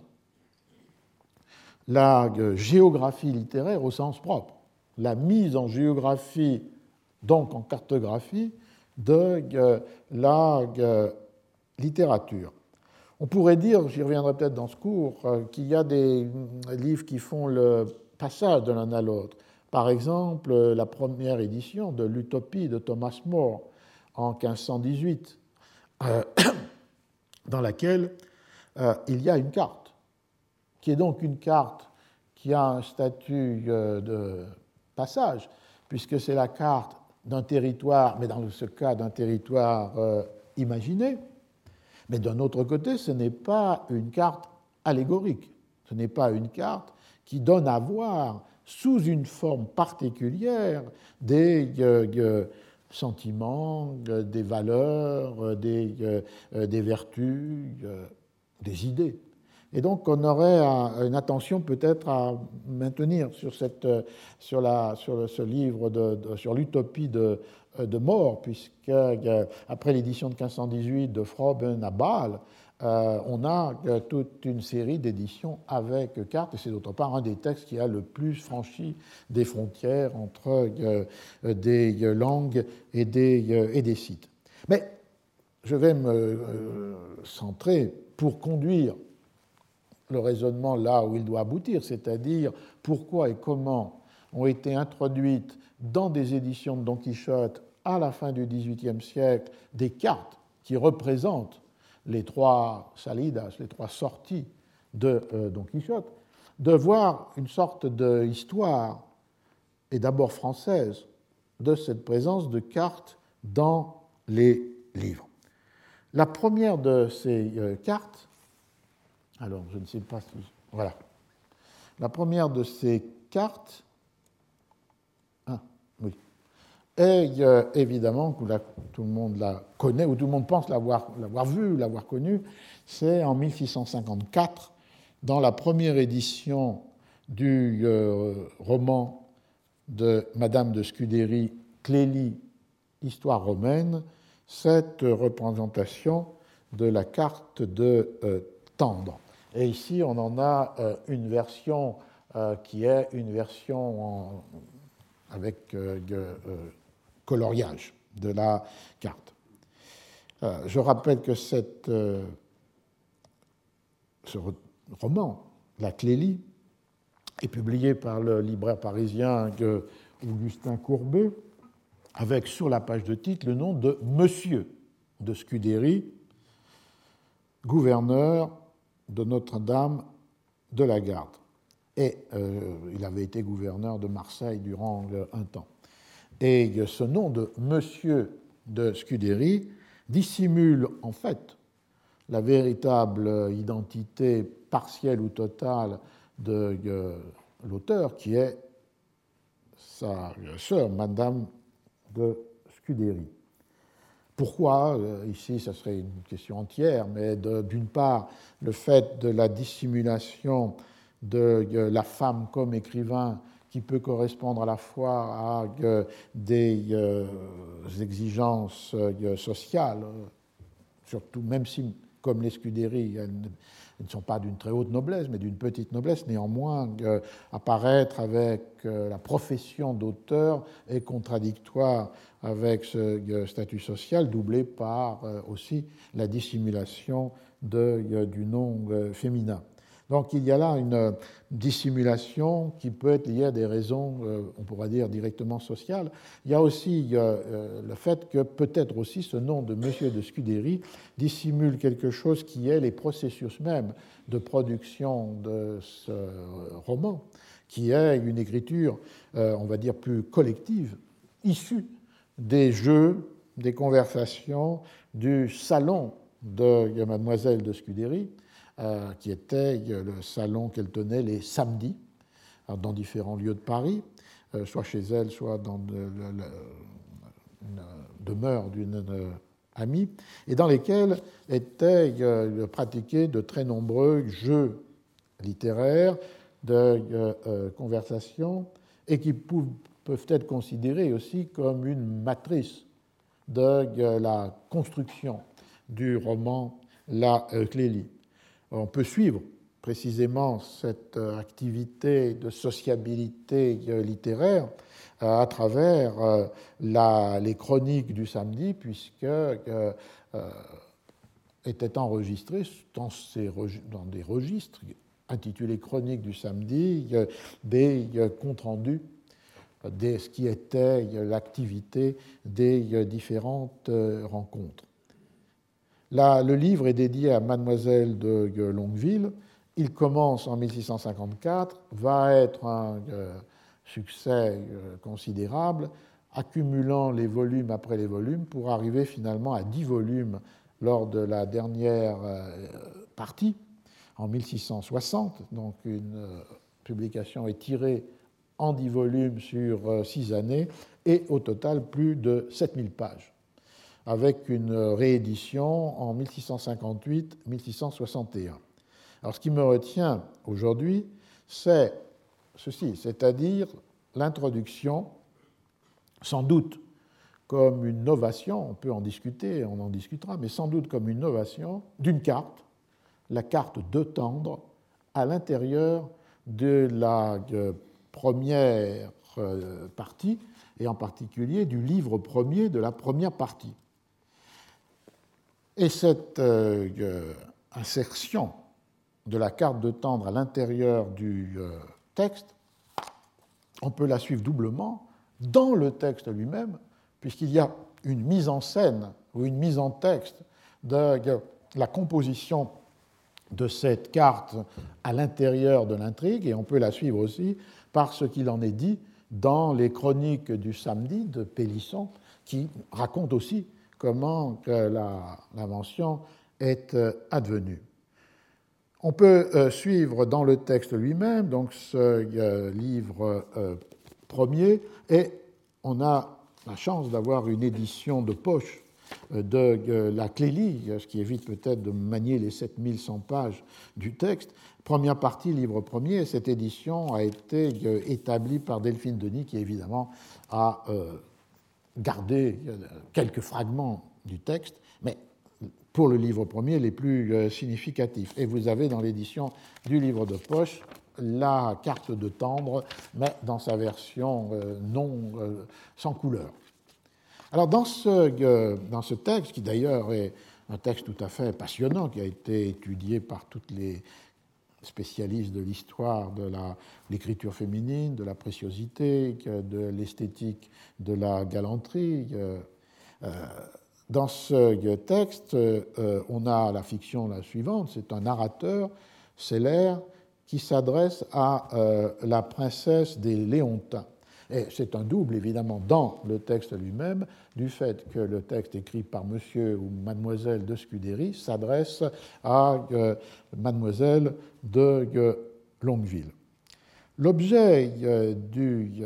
La géographie littéraire au sens propre, la mise en géographie, donc en cartographie, de la littérature. On pourrait dire, j'y reviendrai peut-être dans ce cours, qu'il y a des livres qui font le passage de l'un à l'autre. Par exemple, la première édition de l'Utopie de Thomas More en 1518, dans laquelle il y a une carte, qui est donc une carte qui a un statut de passage, puisque c'est la carte d'un territoire, mais dans ce cas d'un territoire imaginé. Mais d'un autre côté, ce n'est pas une carte allégorique, ce n'est pas une carte qui donne à voir sous une forme particulière des sentiments, des valeurs, des vertus, des idées. Et donc on aurait une attention peut-être à maintenir sur ce livre, sur l'utopie de More, puisque après l'édition de 1518 de Froben à Bâle, on a toute une série d'éditions avec carte, et c'est d'autre part un des textes qui a le plus franchi des frontières entre des langues et des sites. Mais je vais me centrer pour conduire le raisonnement là où il doit aboutir, c'est-à-dire pourquoi et comment ont été introduites dans des éditions de Don Quichotte à la fin du XVIIIe siècle des cartes qui représentent les trois salidas, les trois sorties de Don Quichotte, de voir une sorte d'histoire, et d'abord française, de cette présence de cartes dans les livres. La première de ces cartes, alors je ne sais pas si... Voilà. La première de ces cartes, oui, et évidemment, tout le monde la connaît, ou tout le monde pense l'avoir vue, l'avoir connue, c'est en 1654, dans la première édition du roman de Madame de Scudéry, Clélie, Histoire romaine, cette représentation de la carte de Tendre. Et ici, on en a une version qui est une version avec coloriage de la carte. Je rappelle que ce roman, La Clélie, est publié par le libraire parisien Augustin Courbet, avec sur la page de titre le nom de Monsieur de Scudéry, gouverneur de Notre-Dame de la Garde. Et il avait été gouverneur de Marseille durant un temps. Et ce nom de Monsieur de Scudéry dissimule en fait la véritable identité partielle ou totale de l'auteur, qui est sa sœur, Madame de Scudéry. Pourquoi? Ici, ça serait une question entière, mais d'une part, le fait de la dissimulation de la femme comme écrivain qui peut correspondre à la fois à des exigences sociales, surtout même si, comme les Scudéry, elles ne sont pas d'une très haute noblesse, mais d'une petite noblesse, néanmoins, apparaître avec la profession d'auteur est contradictoire avec ce statut social, doublé par aussi la dissimulation du nom féminin. Donc il y a là une dissimulation qui peut être liée à des raisons, on pourrait dire, directement sociales. Il y a aussi le fait que peut-être aussi ce nom de Monsieur de Scudéry dissimule quelque chose qui est les processus même de production de ce roman, qui est une écriture, on va dire, plus collective, issue des jeux, des conversations, du salon de Mademoiselle de Scudéry, qui était le salon qu'elle tenait les samedis dans différents lieux de Paris, soit chez elle, soit dans une demeure d'une amie, et dans lesquels étaient pratiqués de très nombreux jeux littéraires, de conversation, et qui peuvent être considérés aussi comme une matrice de la construction du roman La Clélie. On peut suivre précisément cette activité de sociabilité littéraire à travers les chroniques du samedi, puisque étaient enregistrés dans des registres intitulés Chroniques du samedi des comptes rendus de ce qui était l'activité des différentes rencontres. Le livre est dédié à Mademoiselle de Longueville. Il commence en 1654, va être un succès considérable, accumulant les volumes après les volumes pour arriver finalement à 10 volumes lors de la dernière partie, en 1660. Donc une publication étirée en 10 volumes sur 6 années et au total plus de 7000 pages, avec une réédition en 1658-1661. Alors ce qui me retient aujourd'hui, c'est ceci, c'est-à-dire l'introduction, sans doute comme une novation, on peut en discuter, on en discutera, mais sans doute comme une novation d'une carte la carte de tendre à l'intérieur de la première partie, et en particulier du livre premier de la première partie. Et cette insertion de la carte de tendre à l'intérieur du texte, on peut la suivre doublement dans le texte lui-même, puisqu'il y a une mise en scène ou une mise en texte de la composition de cette carte à l'intérieur de l'intrigue, et on peut la suivre aussi par ce qu'il en est dit dans les chroniques du samedi de Pélisson, qui racontent aussi comment l'invention est advenue. On peut suivre dans le texte lui-même donc ce livre premier, et on a la chance d'avoir une édition de poche de la Clélie, ce qui évite peut-être de manier les 7100 pages du texte. Première partie, livre premier, et cette édition a été établie par Delphine Denis, qui évidemment a gardé quelques fragments du texte, mais pour le livre premier, les plus significatifs. Et vous avez dans l'édition du livre de poche la carte de tendre, mais dans sa version sans couleur. Alors dans ce texte, qui d'ailleurs est un texte tout à fait passionnant, qui a été étudié par toutes les spécialistes de l'histoire de l'écriture féminine, de la préciosité, de l'esthétique de la galanterie, dans ce texte, on a la fiction la suivante, c'est un narrateur stellaire qui s'adresse à la princesse des Léontins. Et c'est un double, évidemment, dans le texte lui-même, du fait que le texte écrit par monsieur ou mademoiselle de Scudéry s'adresse à mademoiselle de Longueville. L'objet du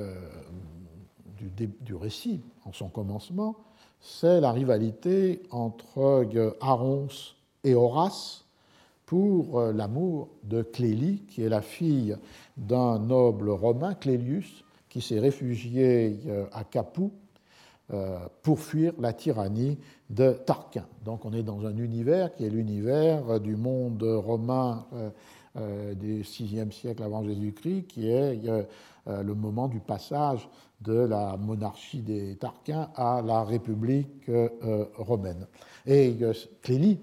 récit, en son commencement, c'est la rivalité entre Aronce et Horace pour l'amour de Clélie, qui est la fille d'un noble romain, Clélius, qui s'est réfugié à Capoue pour fuir la tyrannie de Tarquin. Donc on est dans un univers qui est l'univers du monde romain du VIe siècle avant Jésus-Christ, qui est le moment du passage de la monarchie des Tarquins à la République romaine. Et Clélie,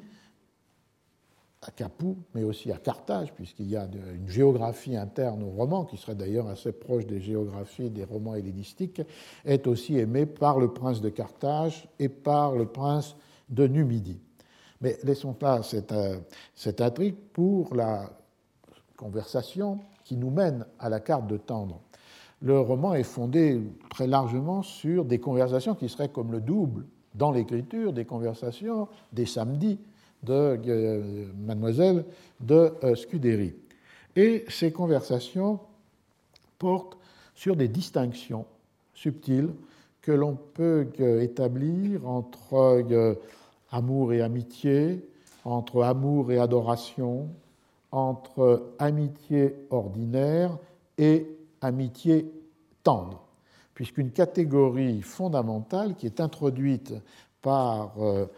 à Capoue, mais aussi à Carthage, puisqu'il y a une géographie interne au roman, qui serait d'ailleurs assez proche des géographies des romans hellénistiques, est aussi aimée par le prince de Carthage et par le prince de Numidie. Mais laissons là cette intrigue pour la conversation qui nous mène à la carte de tendre. Le roman est fondé très largement sur des conversations qui seraient comme le double dans l'écriture des conversations des samedis de mademoiselle de Scudéry. Et ces conversations portent sur des distinctions subtiles que l'on peut établir entre amour et amitié, entre amour et adoration, entre amitié ordinaire et amitié tendre, puisqu'une catégorie fondamentale qui est introduite par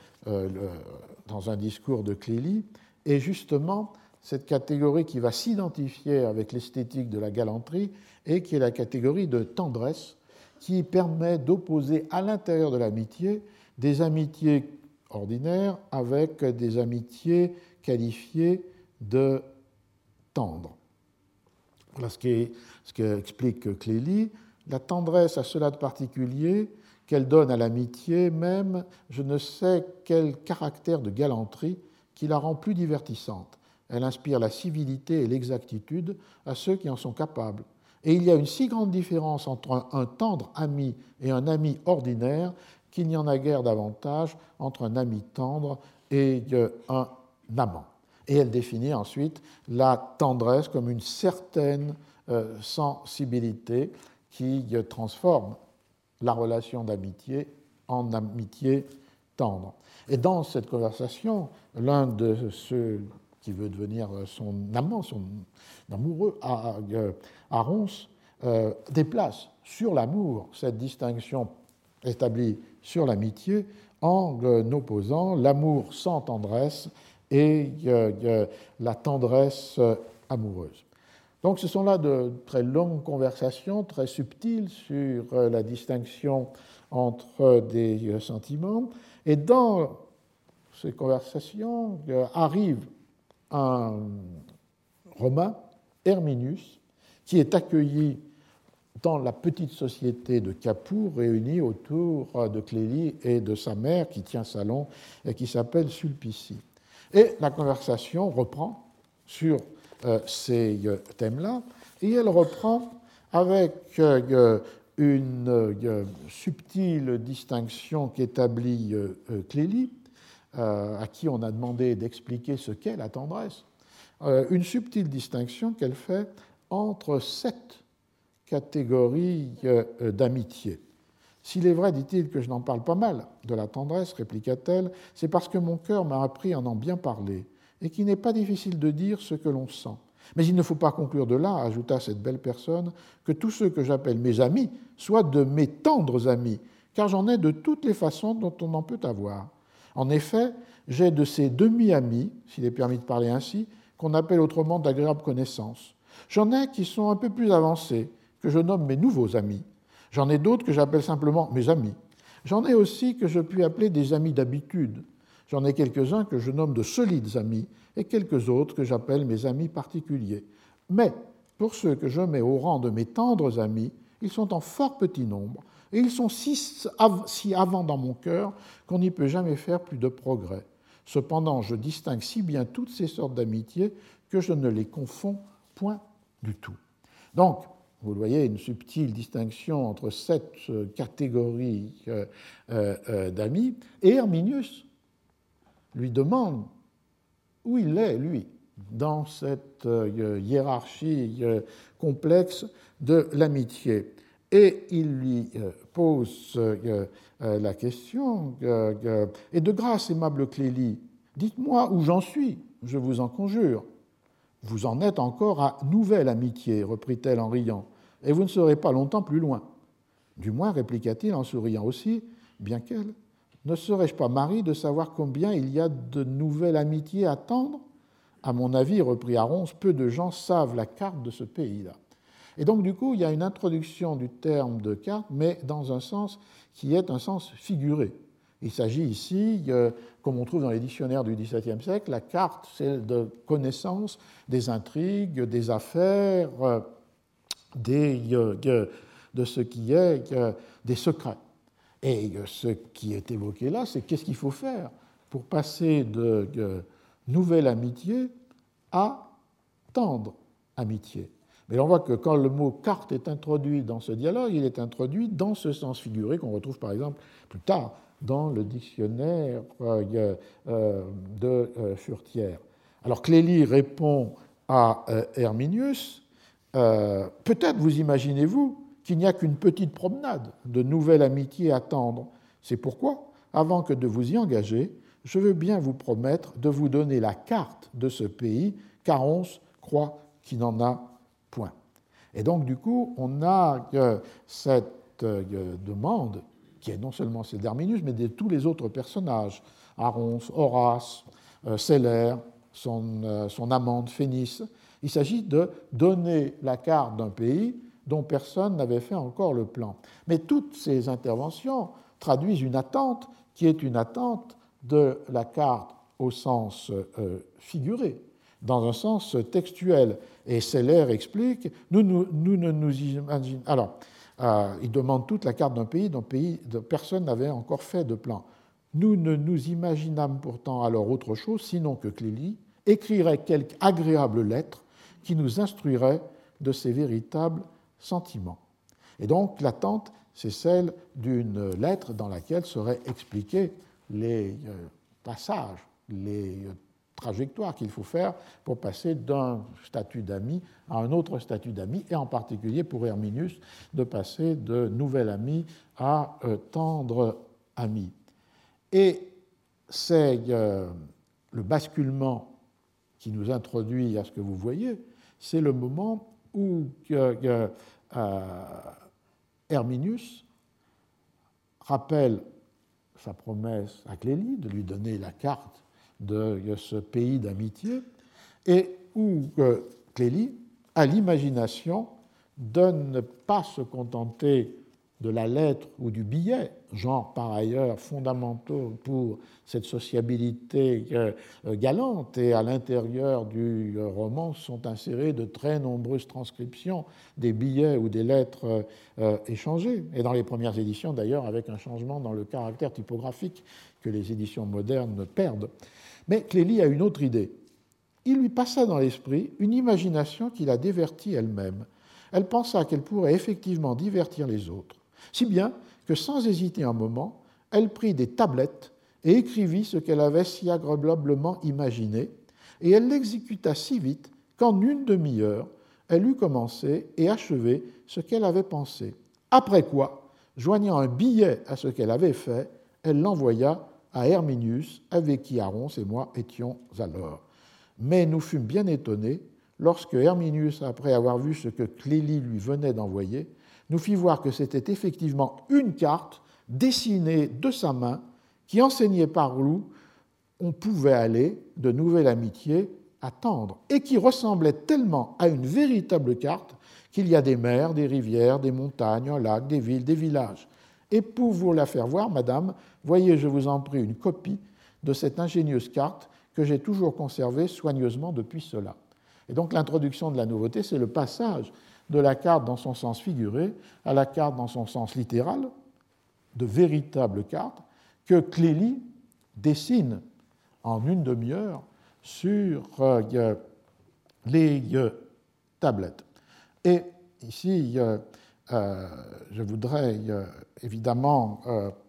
dans un discours de Clélie est justement cette catégorie qui va s'identifier avec l'esthétique de la galanterie et qui est la catégorie de tendresse qui permet d'opposer à l'intérieur de l'amitié des amitiés ordinaires avec des amitiés qualifiées de tendres. Voilà ce qu'explique Clélie. La tendresse a cela de particulier qu'elle donne à l'amitié même je ne sais quel caractère de galanterie qui la rend plus divertissante. Elle inspire la civilité et l'exactitude à ceux qui en sont capables. Et il y a une si grande différence entre un tendre ami et un ami ordinaire qu'il n'y en a guère davantage entre un ami tendre et un amant. Et elle définit ensuite la tendresse comme une certaine sensibilité qui transforme la relation d'amitié en amitié tendre. Et dans cette conversation, l'un de ceux qui veut devenir son amant, son amoureux, Aronce, déplace sur l'amour cette distinction établie sur l'amitié en opposant l'amour sans tendresse et la tendresse amoureuse. Donc ce sont là de très longues conversations, très subtiles sur la distinction entre des sentiments. Et dans ces conversations arrive un Romain, Herminius, qui est accueilli dans la petite société de Capoue, réunie autour de Clélie et de sa mère, qui tient salon et qui s'appelle Sulpicie. Et la conversation reprend sur ces thèmes-là, et elle reprend avec une subtile distinction qu'établit Clélie, à qui on a demandé d'expliquer ce qu'est la tendresse, une subtile distinction qu'elle fait entre 7 catégories d'amitié. S'il est vrai, dit-il, que je n'en parle pas mal de la tendresse, répliqua-t-elle, c'est parce que mon cœur m'a appris à en bien parler, et qu'il n'est pas difficile de dire ce que l'on sent. Mais il ne faut pas conclure de là, ajouta cette belle personne, que tous ceux que j'appelle mes amis soient de mes tendres amis, car j'en ai de toutes les façons dont on en peut avoir. En effet, j'ai de ces demi-amis, s'il est permis de parler ainsi, qu'on appelle autrement d'agréables connaissances. J'en ai qui sont un peu plus avancés, que je nomme mes nouveaux amis. J'en ai d'autres que j'appelle simplement mes amis. J'en ai aussi que je puis appeler des amis d'habitude. J'en ai quelques-uns que je nomme de solides amis et quelques autres que j'appelle mes amis particuliers. Mais pour ceux que je mets au rang de mes tendres amis, ils sont en fort petit nombre et ils sont si avant dans mon cœur qu'on n'y peut jamais faire plus de progrès. Cependant, je distingue si bien toutes ces sortes d'amitié que je ne les confonds point du tout. Donc, vous le voyez, une subtile distinction entre 7 catégories d'amis. Et Herminius lui demande où il est, lui, dans cette hiérarchie complexe de l'amitié. Et il lui pose la question « Et de grâce, aimable Clélie, dites-moi où j'en suis, je vous en conjure. » « Vous en êtes encore à nouvelle amitié, reprit-elle en riant, et vous ne serez pas longtemps plus loin. Du moins, répliqua-t-il en souriant aussi, bien qu'elle, ne serais-je pas mari de savoir combien il y a de nouvelles amitiés à tendre ? À mon avis, reprit Aronce, peu de gens savent la carte de ce pays-là. Et donc, du coup, il y a une introduction du terme de carte, mais dans un sens qui est un sens figuré. Il s'agit ici, comme on trouve dans les dictionnaires du XVIIe siècle, la carte, c'est de connaissance des intrigues, des affaires, de ce qui est des secrets. Et ce qui est évoqué là, c'est qu'est-ce qu'il faut faire pour passer de nouvelle amitié à tendre amitié. Mais on voit que quand le mot carte est introduit dans ce dialogue, il est introduit dans ce sens figuré qu'on retrouve par exemple plus tard dans le dictionnaire de Furetière. Alors Clélie répond à Herminius, peut-être vous imaginez-vous qu'il n'y a qu'une petite promenade de nouvelle amitié à tendre. C'est pourquoi, avant que de vous y engager, je veux bien vous promettre de vous donner la carte de ce pays, car on croit qu'il n'en a point. Et donc, du coup, on a cette demande qui est non seulement celle d'Herminius, mais de tous les autres personnages, Aronce, Horace, Célère, son amante Phénice. Il s'agit de donner la carte d'un pays dont personne n'avait fait encore le plan. Mais toutes ces interventions traduisent une attente qui est une attente de la carte au sens figuré, dans un sens textuel. Et Célère explique, nous ne nous imaginons... Alors, il demande toute la carte d'un pays dont personne n'avait encore fait de plan. Nous ne nous imaginâmes pourtant alors autre chose, sinon que Clélie écrirait quelque agréable lettre qui nous instruirait de ses véritables sentiments. Et donc, l'attente, c'est celle d'une lettre dans laquelle seraient expliqués les passages, les trajectoire qu'il faut faire pour passer d'un statut d'ami à un autre statut d'ami, et en particulier pour Herminius, de passer de nouvel ami à tendre ami. Et c'est le basculement qui nous introduit à ce que vous voyez, c'est le moment où Herminius rappelle sa promesse à Clélie de lui donner la carte de ce pays d'amitié, et où Clélie a l'imagination de ne pas se contenter de la lettre ou du billet, genre par ailleurs fondamentaux pour cette sociabilité galante, et à l'intérieur du roman sont insérées de très nombreuses transcriptions des billets ou des lettres échangées, et dans les premières éditions d'ailleurs avec un changement dans le caractère typographique que les éditions modernes perdent. Mais Clélie a une autre idée. Il lui passa dans l'esprit une imagination qui la divertit elle-même. Elle pensa qu'elle pourrait effectivement divertir les autres, si bien que sans hésiter un moment, elle prit des tablettes et écrivit ce qu'elle avait si agréablement imaginé, et elle l'exécuta si vite qu'en une demi-heure, elle eut commencé et achevé ce qu'elle avait pensé. Après quoi, joignant un billet à ce qu'elle avait fait, elle l'envoya à Herminius, avec qui Arons et moi étions alors. Mais nous fûmes bien étonnés lorsque Herminius, après avoir vu ce que Clélie lui venait d'envoyer, nous fit voir que c'était effectivement une carte dessinée de sa main qui enseignait par où on pouvait aller de nouvelle amitié attendre, et qui ressemblait tellement à une véritable carte qu'il y a des mers, des rivières, des montagnes, un lac, des villes, des villages. Et pour vous la faire voir, madame, voyez, je vous en prie, une copie de cette ingénieuse carte que j'ai toujours conservée soigneusement depuis cela. Et donc l'introduction de la nouveauté, c'est le passage de la carte dans son sens figuré à la carte dans son sens littéral, de véritables cartes que Clélie dessine en une demi-heure sur les tablettes. Et ici, je voudrais évidemment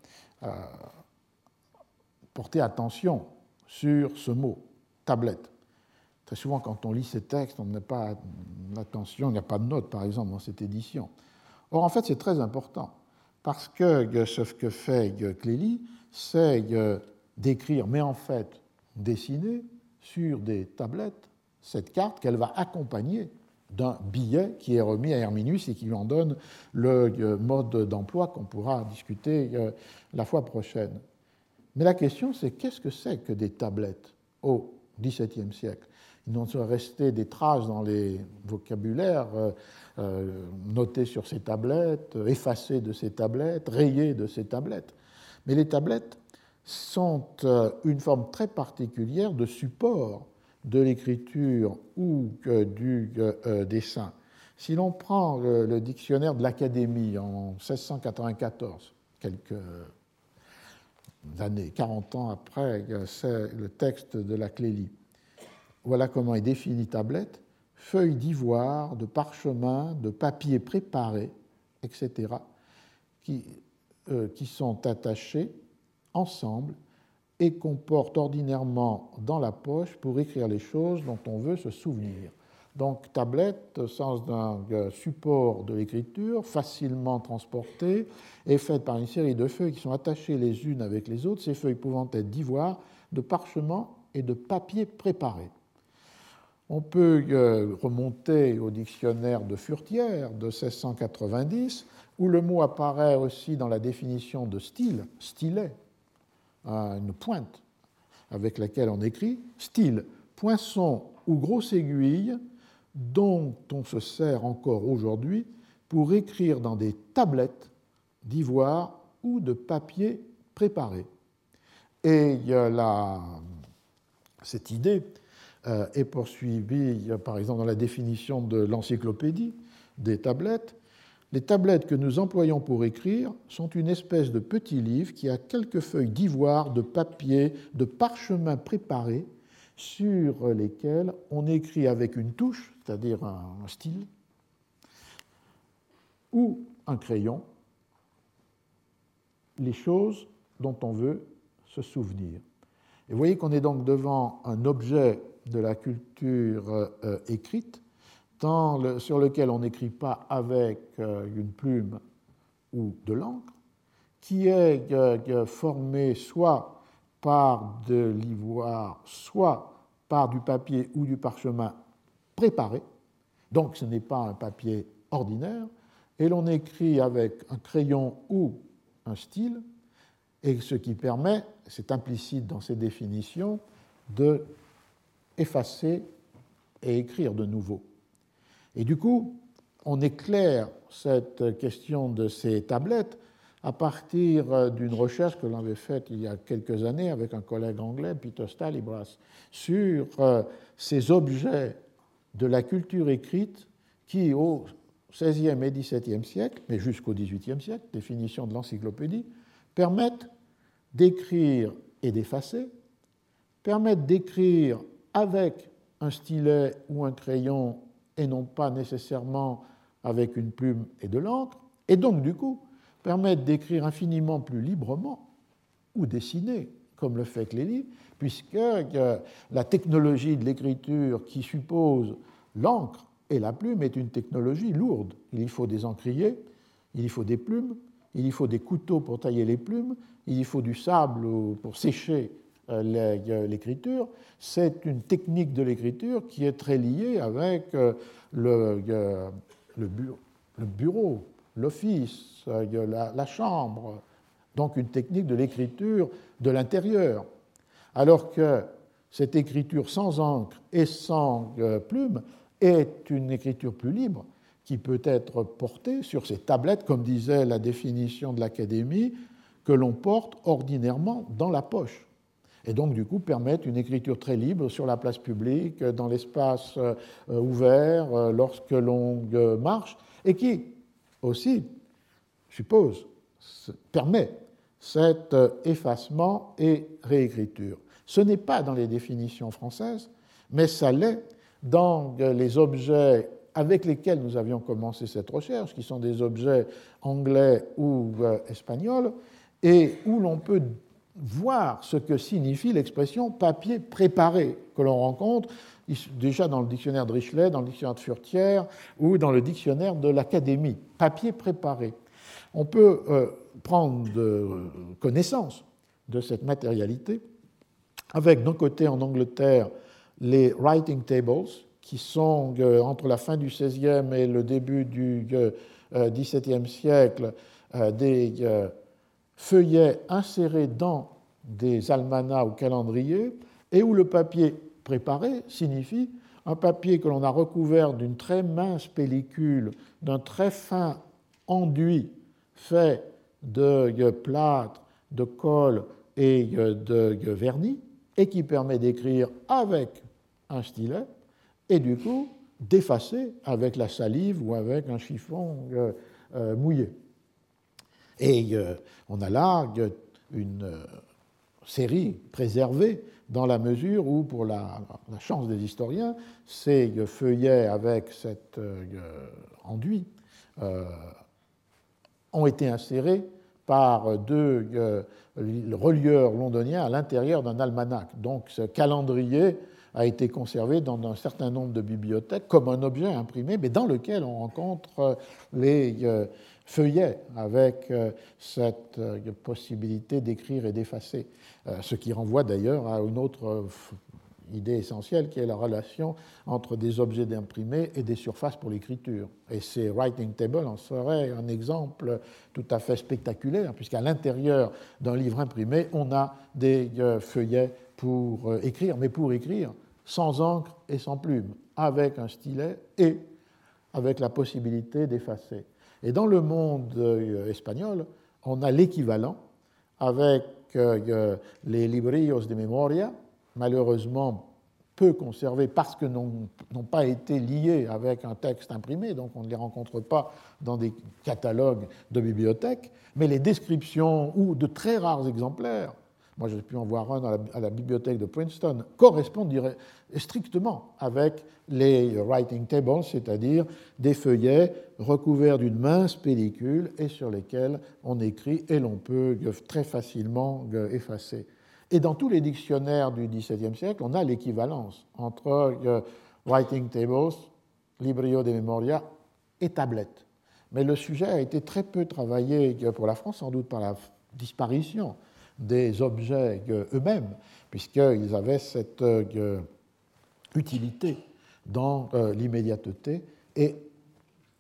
porter attention sur ce mot, tablette. Très souvent, quand on lit ces textes, on n'a pas l'attention, il n'y a pas de note, par exemple, dans cette édition. Or, en fait, c'est très important, parce que ce que fait Clélie, c'est d'écrire, mais en fait, dessiner sur des tablettes cette carte qu'elle va accompagner d'un billet qui est remis à Herminius et qui lui en donne le mode d'emploi qu'on pourra discuter la fois prochaine. Mais la question, c'est qu'est-ce que c'est que des tablettes au XVIIe siècle? Il n'en serait resté des traces dans les vocabulaires notés sur ces tablettes, effacés de ces tablettes, rayés de ces tablettes. Mais les tablettes sont une forme très particulière de support de l'écriture ou du dessin. Si l'on prend le dictionnaire de l'Académie en 1694, quelques années, 40 ans après, c'est le texte de la Clélie. Voilà comment est définie tablette: feuilles d'ivoire, de parchemin, de papier préparé, etc., qui sont attachés ensemble et qu'on porte ordinairement dans la poche pour écrire les choses dont on veut se souvenir. Donc, tablette, au sens d'un support de l'écriture, facilement transporté, est faite par une série de feuilles qui sont attachées les unes avec les autres, ces feuilles pouvant être d'ivoire, de parchemin et de papier préparé. On peut remonter au dictionnaire de Furetière de 1690, où le mot apparaît aussi dans la définition de style, stylet, une pointe avec laquelle on écrit, style, poinçon ou grosse aiguille dont on se sert encore aujourd'hui pour écrire dans des tablettes d'ivoire ou de papier préparé. Et cette idée est poursuivie, par exemple, dans la définition de l'encyclopédie des tablettes. Les tablettes que nous employons pour écrire sont une espèce de petit livre qui a quelques feuilles d'ivoire, de papier, de parchemin préparé, sur lesquelles on écrit avec une touche, c'est-à-dire un style, ou un crayon, les choses dont on veut se souvenir. Et vous voyez qu'on est donc devant un objet de la culture écrite, sur lequel on n'écrit pas avec une plume ou de l'encre, qui est formé soit par de l'ivoire, soit par du papier ou du parchemin préparé, donc ce n'est pas un papier ordinaire, et l'on écrit avec un crayon ou un style, et ce qui permet, c'est implicite dans ces définitions, de effacer et écrire de nouveau. Et du coup, on éclaire cette question de ces tablettes à partir d'une recherche que l'on avait faite il y a quelques années avec un collègue anglais, Peter Stalibras, sur ces objets de la culture écrite qui, au XVIe et XVIIe siècle, mais jusqu'au XVIIIe siècle, définition de l'encyclopédie, permettent d'écrire et d'effacer, permettent d'écrire avec un stylet ou un crayon et non pas nécessairement avec une plume et de l'encre, et donc du coup permettent d'écrire infiniment plus librement ou dessiner, comme le fait Clélie, puisque la technologie de l'écriture qui suppose l'encre et la plume est une technologie lourde. Il y faut des encriers, il y faut des plumes, il y faut des couteaux pour tailler les plumes, il y faut du sable pour sécher l'écriture. C'est une technique de l'écriture qui est très liée avec le bureau, l'office, la chambre, donc une technique de l'écriture de l'intérieur. Alors que cette écriture sans encre et sans plume est une écriture plus libre qui peut être portée sur ces tablettes, comme disait la définition de l'Académie, que l'on porte ordinairement dans la poche. Et donc, du coup, permettent une écriture très libre sur la place publique, dans l'espace ouvert, lorsque l'on marche, et qui aussi, suppose, permet cet effacement et réécriture. Ce n'est pas dans les définitions françaises, mais ça l'est dans les objets avec lesquels nous avions commencé cette recherche, qui sont des objets anglais ou espagnols, et où l'on peut voir ce que signifie l'expression papier préparé, que l'on rencontre déjà dans le dictionnaire de Richelais, dans le dictionnaire de Furetière ou dans le dictionnaire de l'Académie. Papier préparé. On peut prendre connaissance de cette matérialité avec, d'un côté, en Angleterre, les writing tables, qui sont, entre la fin du XVIe et le début du XVIIe siècle, des feuillets insérés dans des almanachs ou calendriers, et où le papier préparé signifie un papier que l'on a recouvert d'une très mince pellicule, d'un très fin enduit fait de plâtre, de colle et de vernis, et qui permet d'écrire avec un stylet, et du coup d'effacer avec la salive ou avec un chiffon mouillé. Et on a là une série préservée dans la mesure où, pour la chance des historiens, ces feuillets avec cet enduit ont été insérés par deux relieurs londoniens à l'intérieur d'un almanach. Donc ce calendrier a été conservé dans un certain nombre de bibliothèques comme un objet imprimé, mais dans lequel on rencontre les feuillets avec cette possibilité d'écrire et d'effacer, ce qui renvoie d'ailleurs à une autre idée essentielle qui est la relation entre des objets d'imprimés et des surfaces pour l'écriture. Et ces writing tables en seraient un exemple tout à fait spectaculaire, puisqu'à l'intérieur d'un livre imprimé, on a des feuillets pour écrire, mais pour écrire sans encre et sans plume, avec un stylet et avec la possibilité d'effacer. Et dans le monde espagnol, on a l'équivalent avec les librillos de memoria, malheureusement peu conservés parce que n'ont pas été liés avec un texte imprimé, donc on ne les rencontre pas dans des catalogues de bibliothèques, mais les descriptions ou de très rares exemplaires, moi j'ai pu en voir un à la bibliothèque de Princeton, correspondent strictement avec les writing tables, c'est-à-dire des feuillets recouverts d'une mince pellicule et sur lesquels on écrit et l'on peut très facilement effacer. Et dans tous les dictionnaires du XVIIe siècle, on a l'équivalence entre writing tables, librillo de memoria et tablette. Mais le sujet a été très peu travaillé pour la France, sans doute par la disparition des objets eux-mêmes, puisqu'ils avaient cette utilité dans l'immédiateté et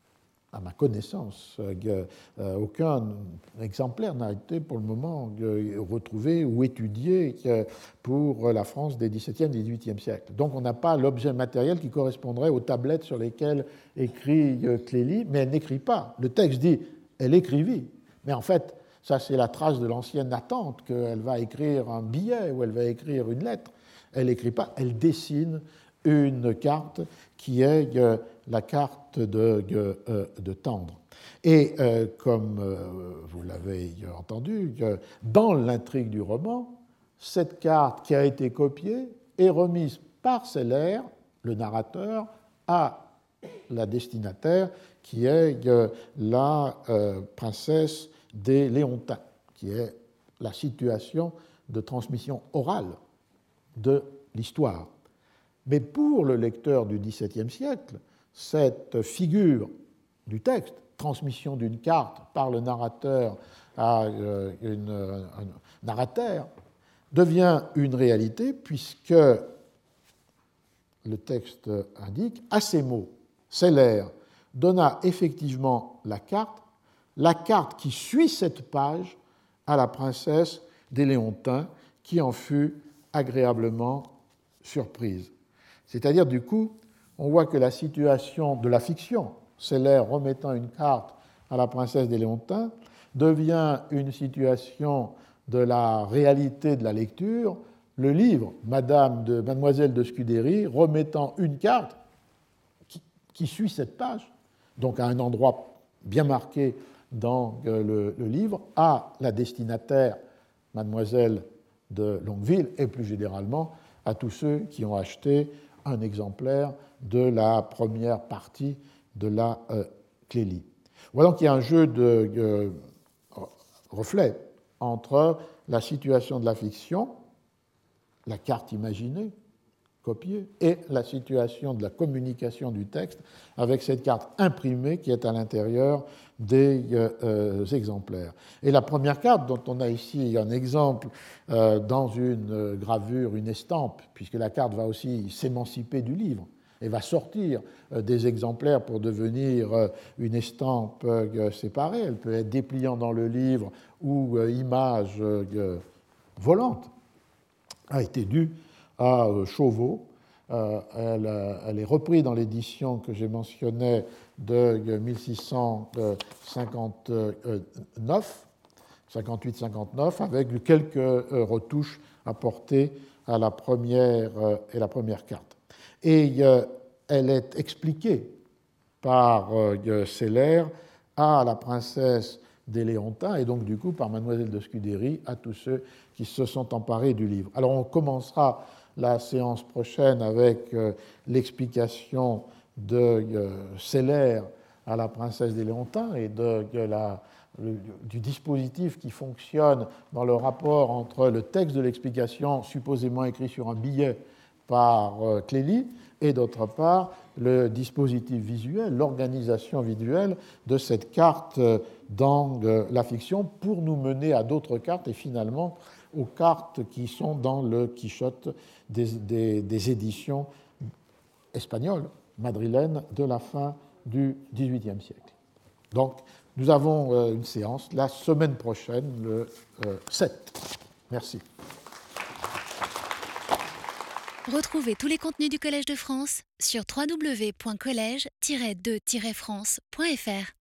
à ma connaissance, aucun exemplaire n'a été pour le moment retrouvé ou étudié pour la France des XVIIe et XVIIIe siècles. Donc on n'a pas l'objet matériel qui correspondrait aux tablettes sur lesquelles écrit Clélie, mais elle n'écrit pas. Le texte dit « elle écrivit », mais en fait, ça c'est la trace de l'ancienne attente qu'elle va écrire un billet ou elle va écrire une lettre. Elle n'écrit pas, elle dessine une carte qui est la carte de Tendre. Et comme vous l'avez entendu, dans l'intrigue du roman, cette carte qui a été copiée est remise par Sélaire, le narrateur, à la destinataire, qui est la princesse des Léontins, qui est la situation de transmission orale de l'histoire. Mais pour le lecteur du XVIIe siècle, cette figure du texte, transmission d'une carte par le narrateur à un narrateur, devient une réalité puisque le texte indique, à ces mots, Sélaire donna effectivement la carte qui suit cette page à la princesse des Léontins, qui en fut agréablement surprise. C'est-à-dire, du coup, on voit que la situation de la fiction, Sélaire remettant une carte à la princesse des Léontins, devient une situation de la réalité de la lecture, le livre Mademoiselle de Scudéry remettant une carte qui suit cette page, donc à un endroit bien marqué dans le livre, à la destinataire Mademoiselle de Longueville et plus généralement à tous ceux qui ont acheté un exemplaire de la première partie de la Clélie. Voilà qu'il y a un jeu de reflets entre la situation de la fiction, la carte imaginée, copiée, et la situation de la communication du texte avec cette carte imprimée qui est à l'intérieur des exemplaires. Et la première carte, dont on a ici un exemple dans une gravure, une estampe, puisque la carte va aussi s'émanciper du livre et va sortir des exemplaires pour devenir une estampe séparée. Elle peut être dépliant dans le livre ou image volante, a été due à Chauveau. Elle est reprise dans l'édition que j'ai mentionnée de 58-59, avec quelques retouches apportées à la première carte. Et elle est expliquée par Sélaire à la princesse des Léontins et donc du coup par Mademoiselle de Scudéry à tous ceux qui se sont emparés du livre. Alors on commencera la séance prochaine avec l'explication de Sélaire à la princesse des Léontins et du dispositif qui fonctionne dans le rapport entre le texte de l'explication supposément écrit sur un billet par Clélie et d'autre part le dispositif visuel, l'organisation visuelle de cette carte dans la fiction pour nous mener à d'autres cartes et finalement aux cartes qui sont dans le Quichotte des éditions espagnoles, madrilènes, de la fin du XVIIIe siècle. Donc, nous avons une séance la semaine prochaine, le 7. Merci. Retrouvez tous les contenus du Collège de France sur www.collège-2-france.fr.